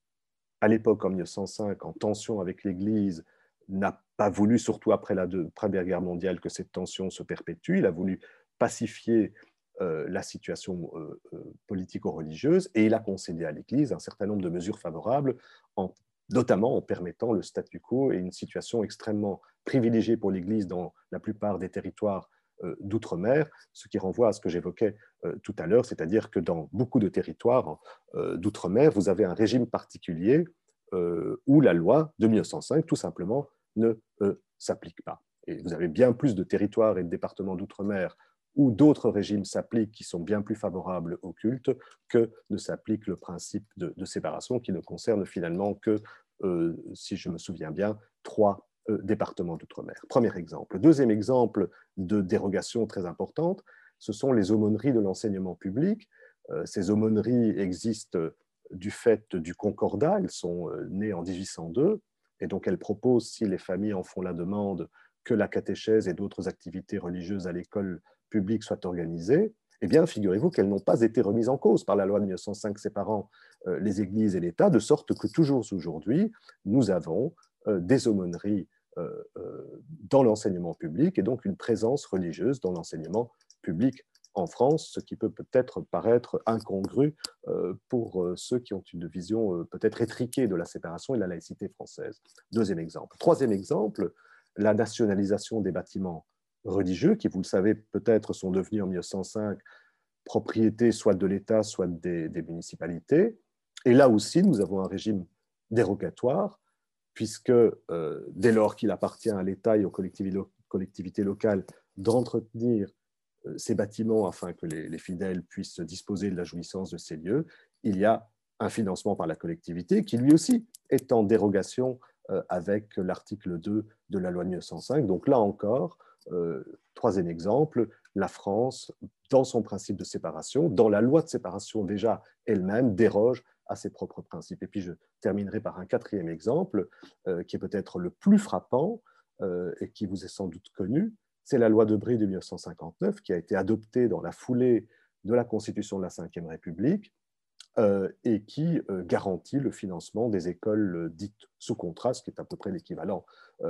à l'époque, en 1905, en tension avec l'Église, n'a pas voulu, surtout après la Première Guerre mondiale, que cette tension se perpétue. Il a voulu pacifier la situation politico-religieuse, et il a concédé à l'Église un certain nombre de mesures favorables, notamment en permettant le statu quo et une situation extrêmement privilégiée pour l'Église dans la plupart des territoires d'outre-mer, ce qui renvoie à ce que j'évoquais tout à l'heure, c'est-à-dire que dans beaucoup de territoires d'outre-mer, vous avez un régime particulier où la loi de 1905, tout simplement, ne s'applique pas. Et vous avez bien plus de territoires et de départements d'outre-mer où d'autres régimes s'appliquent qui sont bien plus favorables au culte que ne s'applique le principe de séparation qui ne concerne finalement que, si je me souviens bien, 3 départements d'outre-mer. Premier exemple. Deuxième exemple de dérogation très importante, ce sont les aumôneries de l'enseignement public. Ces aumôneries existent du fait du Concordat, elles sont nées en 1802, et donc elles proposent, si les familles en font la demande, que la catéchèse et d'autres activités religieuses à l'école publique soient organisées. Eh bien, figurez-vous qu'elles n'ont pas été remises en cause par la loi de 1905 séparant les églises et l'État, de sorte que toujours aujourd'hui, nous avons des aumôneries dans l'enseignement public, et donc une présence religieuse dans l'enseignement public en France, ce qui peut peut-être paraître incongru pour ceux qui ont une vision peut-être étriquée de la séparation et de la laïcité française. Deuxième exemple. Troisième exemple, la nationalisation des bâtiments religieux, qui, vous le savez, peut-être sont devenus en 1905 propriété soit de l'État, soit des municipalités. Et là aussi, nous avons un régime dérogatoire, puisque dès lors qu'il appartient à l'État et aux collectivités locales d'entretenir ces bâtiments afin que les fidèles puissent disposer de la jouissance de ces lieux, il y a un financement par la collectivité qui lui aussi est en dérogation avec l'article 2 de la loi de 1905. Donc là encore, troisième exemple, la France, dans son principe de séparation, dans la loi de séparation déjà elle-même, déroge à ses propres principes. Et puis je terminerai par un quatrième exemple, qui est peut-être le plus frappant et qui vous est sans doute connu, c'est la loi de Brie de 1959, qui a été adoptée dans la foulée de la Constitution de la Ve République et qui garantit le financement des écoles dites sous contrat, ce qui est à peu près l'équivalent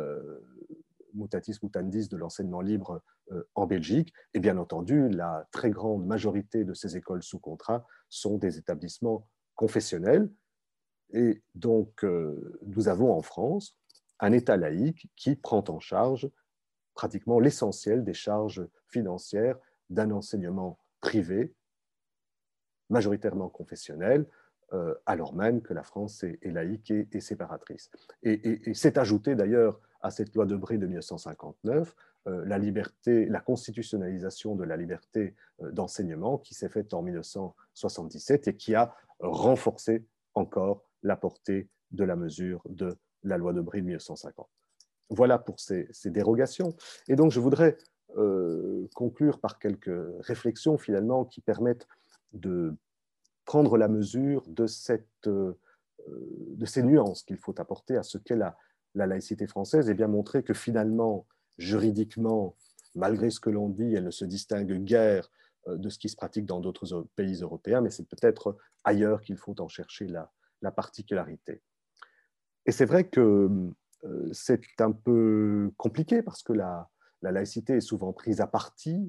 mutatis mutandis de l'enseignement libre en Belgique. Et bien entendu, la très grande majorité de ces écoles sous contrat sont des établissements confessionnels. Et donc, nous avons en France un État laïque qui prend en charge pratiquement l'essentiel des charges financières d'un enseignement privé, majoritairement confessionnel, alors même que la France est laïque et séparatrice. Et c'est ajouté d'ailleurs à cette loi de Brie de 1959, la liberté, la constitutionnalisation de la liberté d'enseignement qui s'est faite en 1977 et qui a renforcé encore la portée de la mesure de la loi de Brie de 1950. Voilà pour ces dérogations. Et donc, je voudrais conclure par quelques réflexions finalement qui permettent de prendre la mesure de ces nuances qu'il faut apporter à ce qu'est la laïcité française et bien montrer que finalement, juridiquement, malgré ce que l'on dit, elle ne se distingue guère de ce qui se pratique dans d'autres pays européens, mais c'est peut-être ailleurs qu'il faut en chercher la particularité. Et c'est vrai que c'est un peu compliqué parce que la laïcité est souvent prise à partie,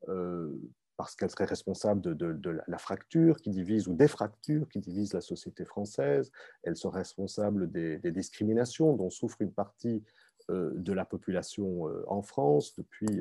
parce qu'elle serait responsable de la fracture qui divise ou des fractures qui divisent la société française. Elle serait responsable des discriminations dont souffre une partie de la population en France depuis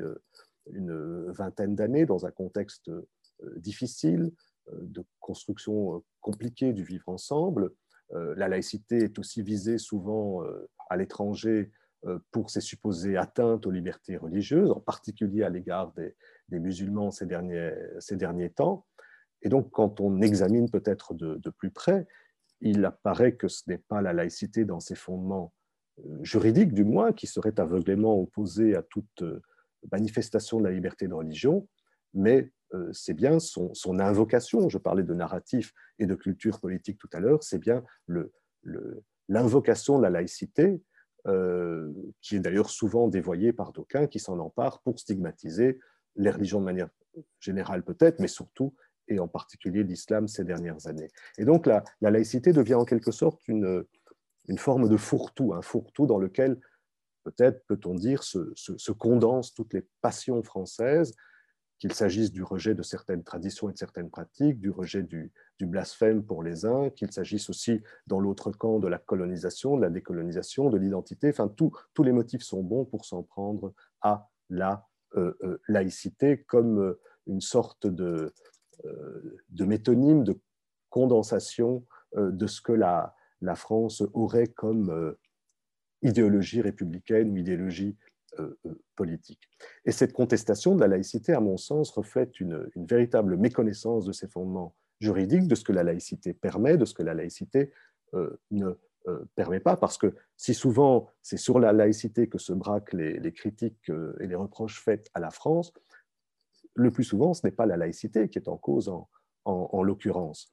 une vingtaine d'années dans un contexte difficile, de construction compliquée du vivre ensemble. La laïcité est aussi visée souvent à l'étranger pour ses supposées atteintes aux libertés religieuses, en particulier à l'égard des musulmans ces derniers temps. Et donc, quand on examine peut-être de plus près, il apparaît que ce n'est pas la laïcité dans ses fondements juridiques, du moins, qui serait aveuglément opposée à toute manifestation de la liberté de religion, mais c'est bien son invocation. Je parlais de narratif et de culture politique tout à l'heure, c'est bien l'invocation de la laïcité, qui est d'ailleurs souvent dévoyée par d'aucuns qui s'en emparent pour stigmatiser les religions de manière générale peut-être, mais surtout et en particulier l'islam ces dernières années. Et donc la laïcité devient en quelque sorte une forme de fourre-tout, un fourre-tout dans lequel peut-être, peut-on dire, se condensent toutes les passions françaises, qu'il s'agisse du rejet de certaines traditions et de certaines pratiques, du rejet du blasphème pour les uns, qu'il s'agisse aussi, dans l'autre camp, de la colonisation, de la décolonisation, de l'identité. Enfin, tous les motifs sont bons pour s'en prendre à la laïcité comme une sorte de métonyme, de condensation de ce que la France aurait comme idéologie républicaine ou idéologie politique. Et cette contestation de la laïcité, à mon sens, reflète une véritable méconnaissance de ses fondements juridiques, de ce que la laïcité permet, de ce que la laïcité ne permet pas, parce que si souvent c'est sur la laïcité que se braquent les critiques et les reproches faits à la France, le plus souvent ce n'est pas la laïcité qui est en cause en l'occurrence.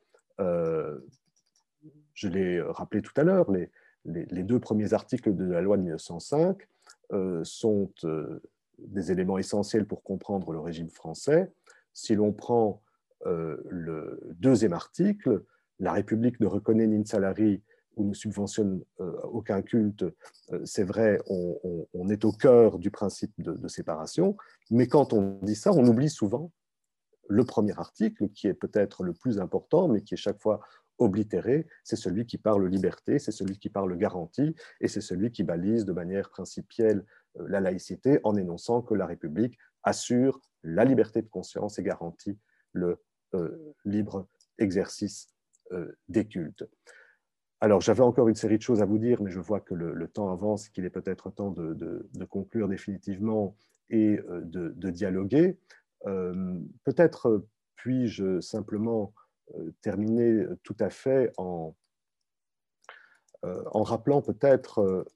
Je l'ai rappelé tout à l'heure, les deux premiers articles de la loi de 1905 sont des éléments essentiels pour comprendre le régime français. Si l'on prend le deuxième article, la République ne reconnaît ni ne salarie ou ne subventionne aucun culte, c'est vrai, on est au cœur du principe de séparation, mais quand on dit ça, on oublie souvent le premier article, qui est peut-être le plus important, mais qui est chaque fois oblitéré, c'est celui qui parle liberté, c'est celui qui parle garantie, et c'est celui qui balise de manière principielle la laïcité en énonçant que la République assure la liberté de conscience et garantit le libre exercice des cultes. Alors, j'avais encore une série de choses à vous dire, mais je vois que le temps avance et qu'il est peut-être temps de conclure définitivement et de dialoguer. Peut-être puis-je simplement terminer tout à fait en rappelant peut-être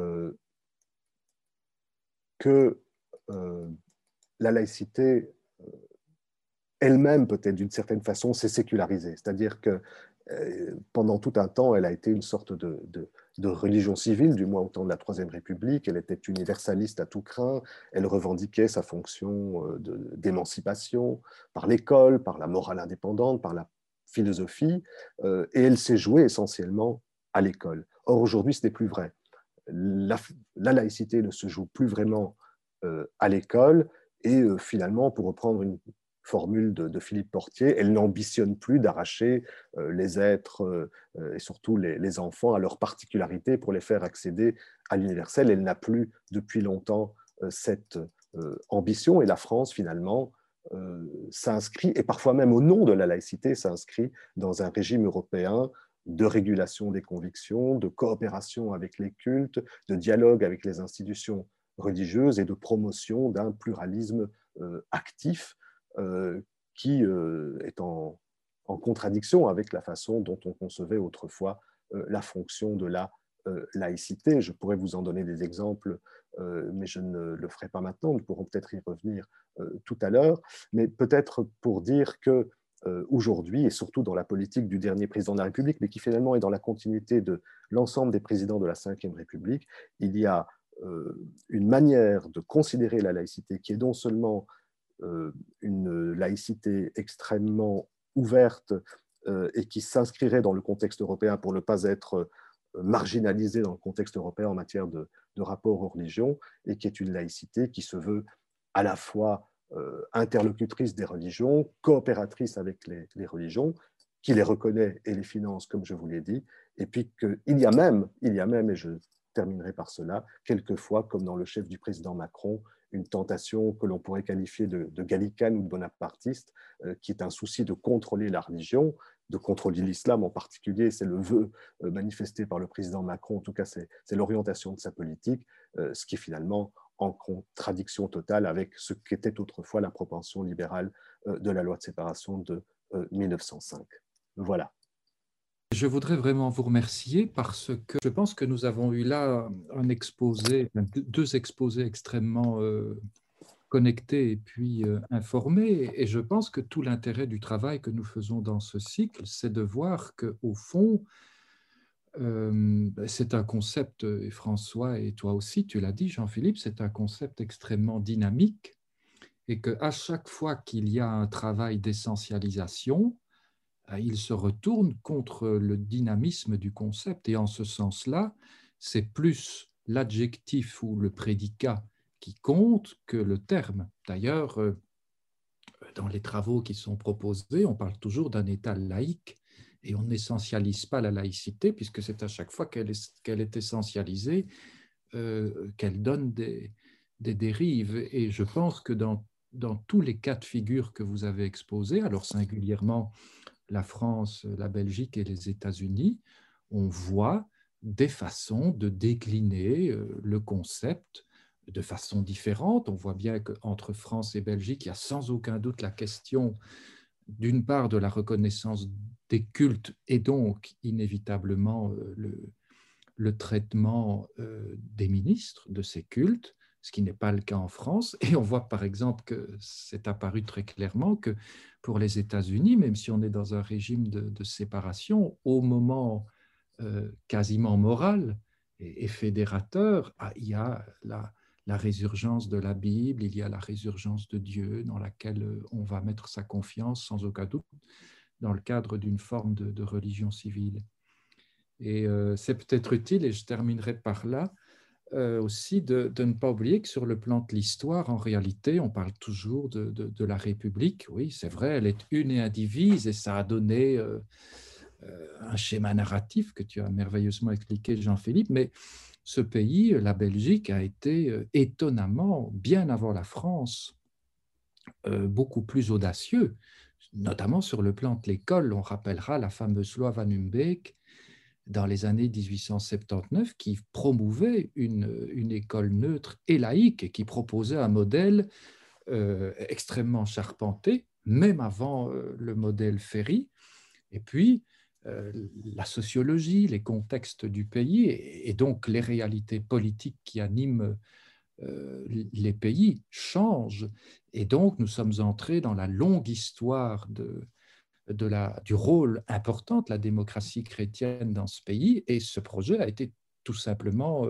que la laïcité elle-même, peut-être d'une certaine façon, s'est sécularisée. C'est-à-dire que pendant tout un temps, elle a été une sorte de religion civile, du moins au temps de la Troisième République. Elle était universaliste à tout crin. Elle revendiquait sa fonction d'émancipation par l'école, par la morale indépendante, par la philosophie, et elle s'est jouée essentiellement à l'école. Or, aujourd'hui, ce n'est plus vrai. La laïcité ne se joue plus vraiment à l'école, et finalement, pour reprendre une formule de Philippe Portier, elle n'ambitionne plus d'arracher les êtres et surtout les enfants à leurs particularités pour les faire accéder à l'universel. Elle n'a plus depuis longtemps cette ambition, et la France, finalement, s'inscrit, et parfois même au nom de la laïcité, s'inscrit dans un régime européen de régulation des convictions, de coopération avec les cultes, de dialogue avec les institutions religieuses et de promotion d'un pluralisme actif qui est en contradiction avec la façon dont on concevait autrefois la fonction de la laïcité. Je pourrais vous en donner des exemples, mais je ne le ferai pas maintenant. Nous pourrons peut-être y revenir tout à l'heure. Mais peut-être pour dire que aujourd'hui, et surtout dans la politique du dernier président de la République, mais qui finalement est dans la continuité de l'ensemble des présidents de la Ve République, il y a une manière de considérer la laïcité qui est non seulement une laïcité extrêmement ouverte et qui s'inscrirait dans le contexte européen pour ne pas être marginalisée dans le contexte européen en matière de rapport aux religions, et qui est une laïcité qui se veut à la fois interlocutrice des religions, coopératrice avec les religions, qui les reconnaît et les finance, comme je vous l'ai dit, et puis qu'il y a même, et je terminerai par cela, quelquefois, comme dans le chef du président Macron, une tentation que l'on pourrait qualifier de gallicane ou de bonapartiste, qui est un souci de contrôler la religion, de contrôler l'islam en particulier. C'est le vœu manifesté par le président Macron, en tout cas c'est l'orientation de sa politique, ce qui est finalement en contradiction totale avec ce qu'était autrefois la propension libérale de la loi de séparation de 1905. Voilà. Je voudrais vraiment vous remercier parce que je pense que nous avons eu là un exposé, deux exposés extrêmement connectés et puis informés. Et je pense que tout l'intérêt du travail que nous faisons dans ce cycle, c'est de voir qu'au fond, c'est un concept, et François et toi aussi, tu l'as dit, Jean-Philippe, c'est un concept extrêmement dynamique et qu'à chaque fois qu'il y a un travail d'essentialisation, il se retourne contre le dynamisme du concept. Et en ce sens-là, c'est plus l'adjectif ou le prédicat qui compte que le terme. D'ailleurs, dans les travaux qui sont proposés, on parle toujours d'un État laïque et on n'essentialise pas la laïcité puisque c'est à chaque fois qu'elle est essentialisée qu'elle donne des dérives. Et je pense que dans tous les cas de figure que vous avez exposés, alors singulièrement la France, la Belgique et les États-Unis, on voit des façons de décliner le concept de façon différente. On voit bien qu'entre France et Belgique, il y a sans aucun doute la question d'une part de la reconnaissance des cultes et donc inévitablement le traitement des ministres de ces cultes, ce qui n'est pas le cas en France. Et on voit par exemple que c'est apparu très clairement que pour les États-Unis, même si on est dans un régime de séparation, au moment quasiment moral et fédérateur, il y a la résurgence de la Bible, il y a la résurgence de Dieu dans laquelle on va mettre sa confiance sans aucun doute dans le cadre d'une forme de religion civile. Et c'est peut-être utile, et je terminerai par là, aussi de ne pas oublier que sur le plan de l'histoire, en réalité, on parle toujours de la République. Oui, c'est vrai, elle est une et indivise, et ça a donné un schéma narratif que tu as merveilleusement expliqué, Jean-Philippe, mais ce pays, la Belgique, a été étonnamment, bien avant la France, beaucoup plus audacieux, notamment sur le plan de l'école. On rappellera la fameuse loi Van Humbeek dans les années 1879 qui promouvait une école neutre et laïque et qui proposait un modèle extrêmement charpenté, même avant le modèle Ferry. Et puis, la sociologie, les contextes du pays et donc les réalités politiques qui animent les pays changent. Et donc, nous sommes entrés dans la longue histoire du rôle important de la démocratie chrétienne dans ce pays, et ce projet a été tout simplement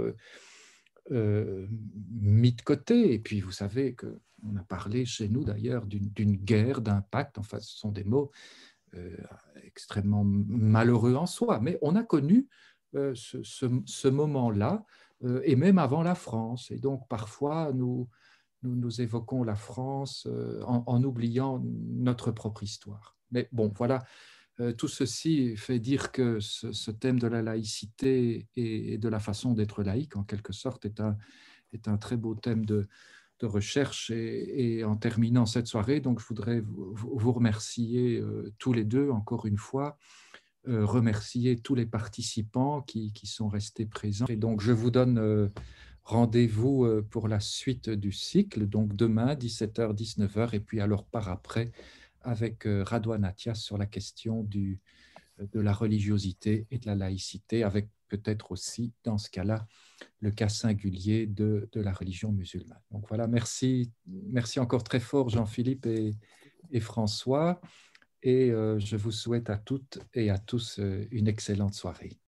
mis de côté. Et puis, vous savez qu'on a parlé chez nous d'ailleurs d'une guerre d'impact, enfin, ce sont des mots extrêmement malheureux en soi, mais on a connu ce moment-là, et même avant la France. Et donc, parfois, nous évoquons la France en oubliant notre propre histoire. Mais bon, voilà, tout ceci fait dire que ce thème de la laïcité et de la façon d'être laïque, en quelque sorte, est un très beau thème de recherche. Et en terminant cette soirée, donc, je voudrais vous remercier tous les deux, encore une fois, remercier tous les participants qui sont restés présents. Et donc, je vous donne rendez-vous pour la suite du cycle, donc demain, 17h, 19h, et puis alors par après, avec Radwan Attias sur la question de la religiosité et de la laïcité, avec peut-être aussi, dans ce cas-là, le cas singulier de la religion musulmane. Donc voilà, merci encore très fort Jean-Philippe et François, et je vous souhaite à toutes et à tous une excellente soirée.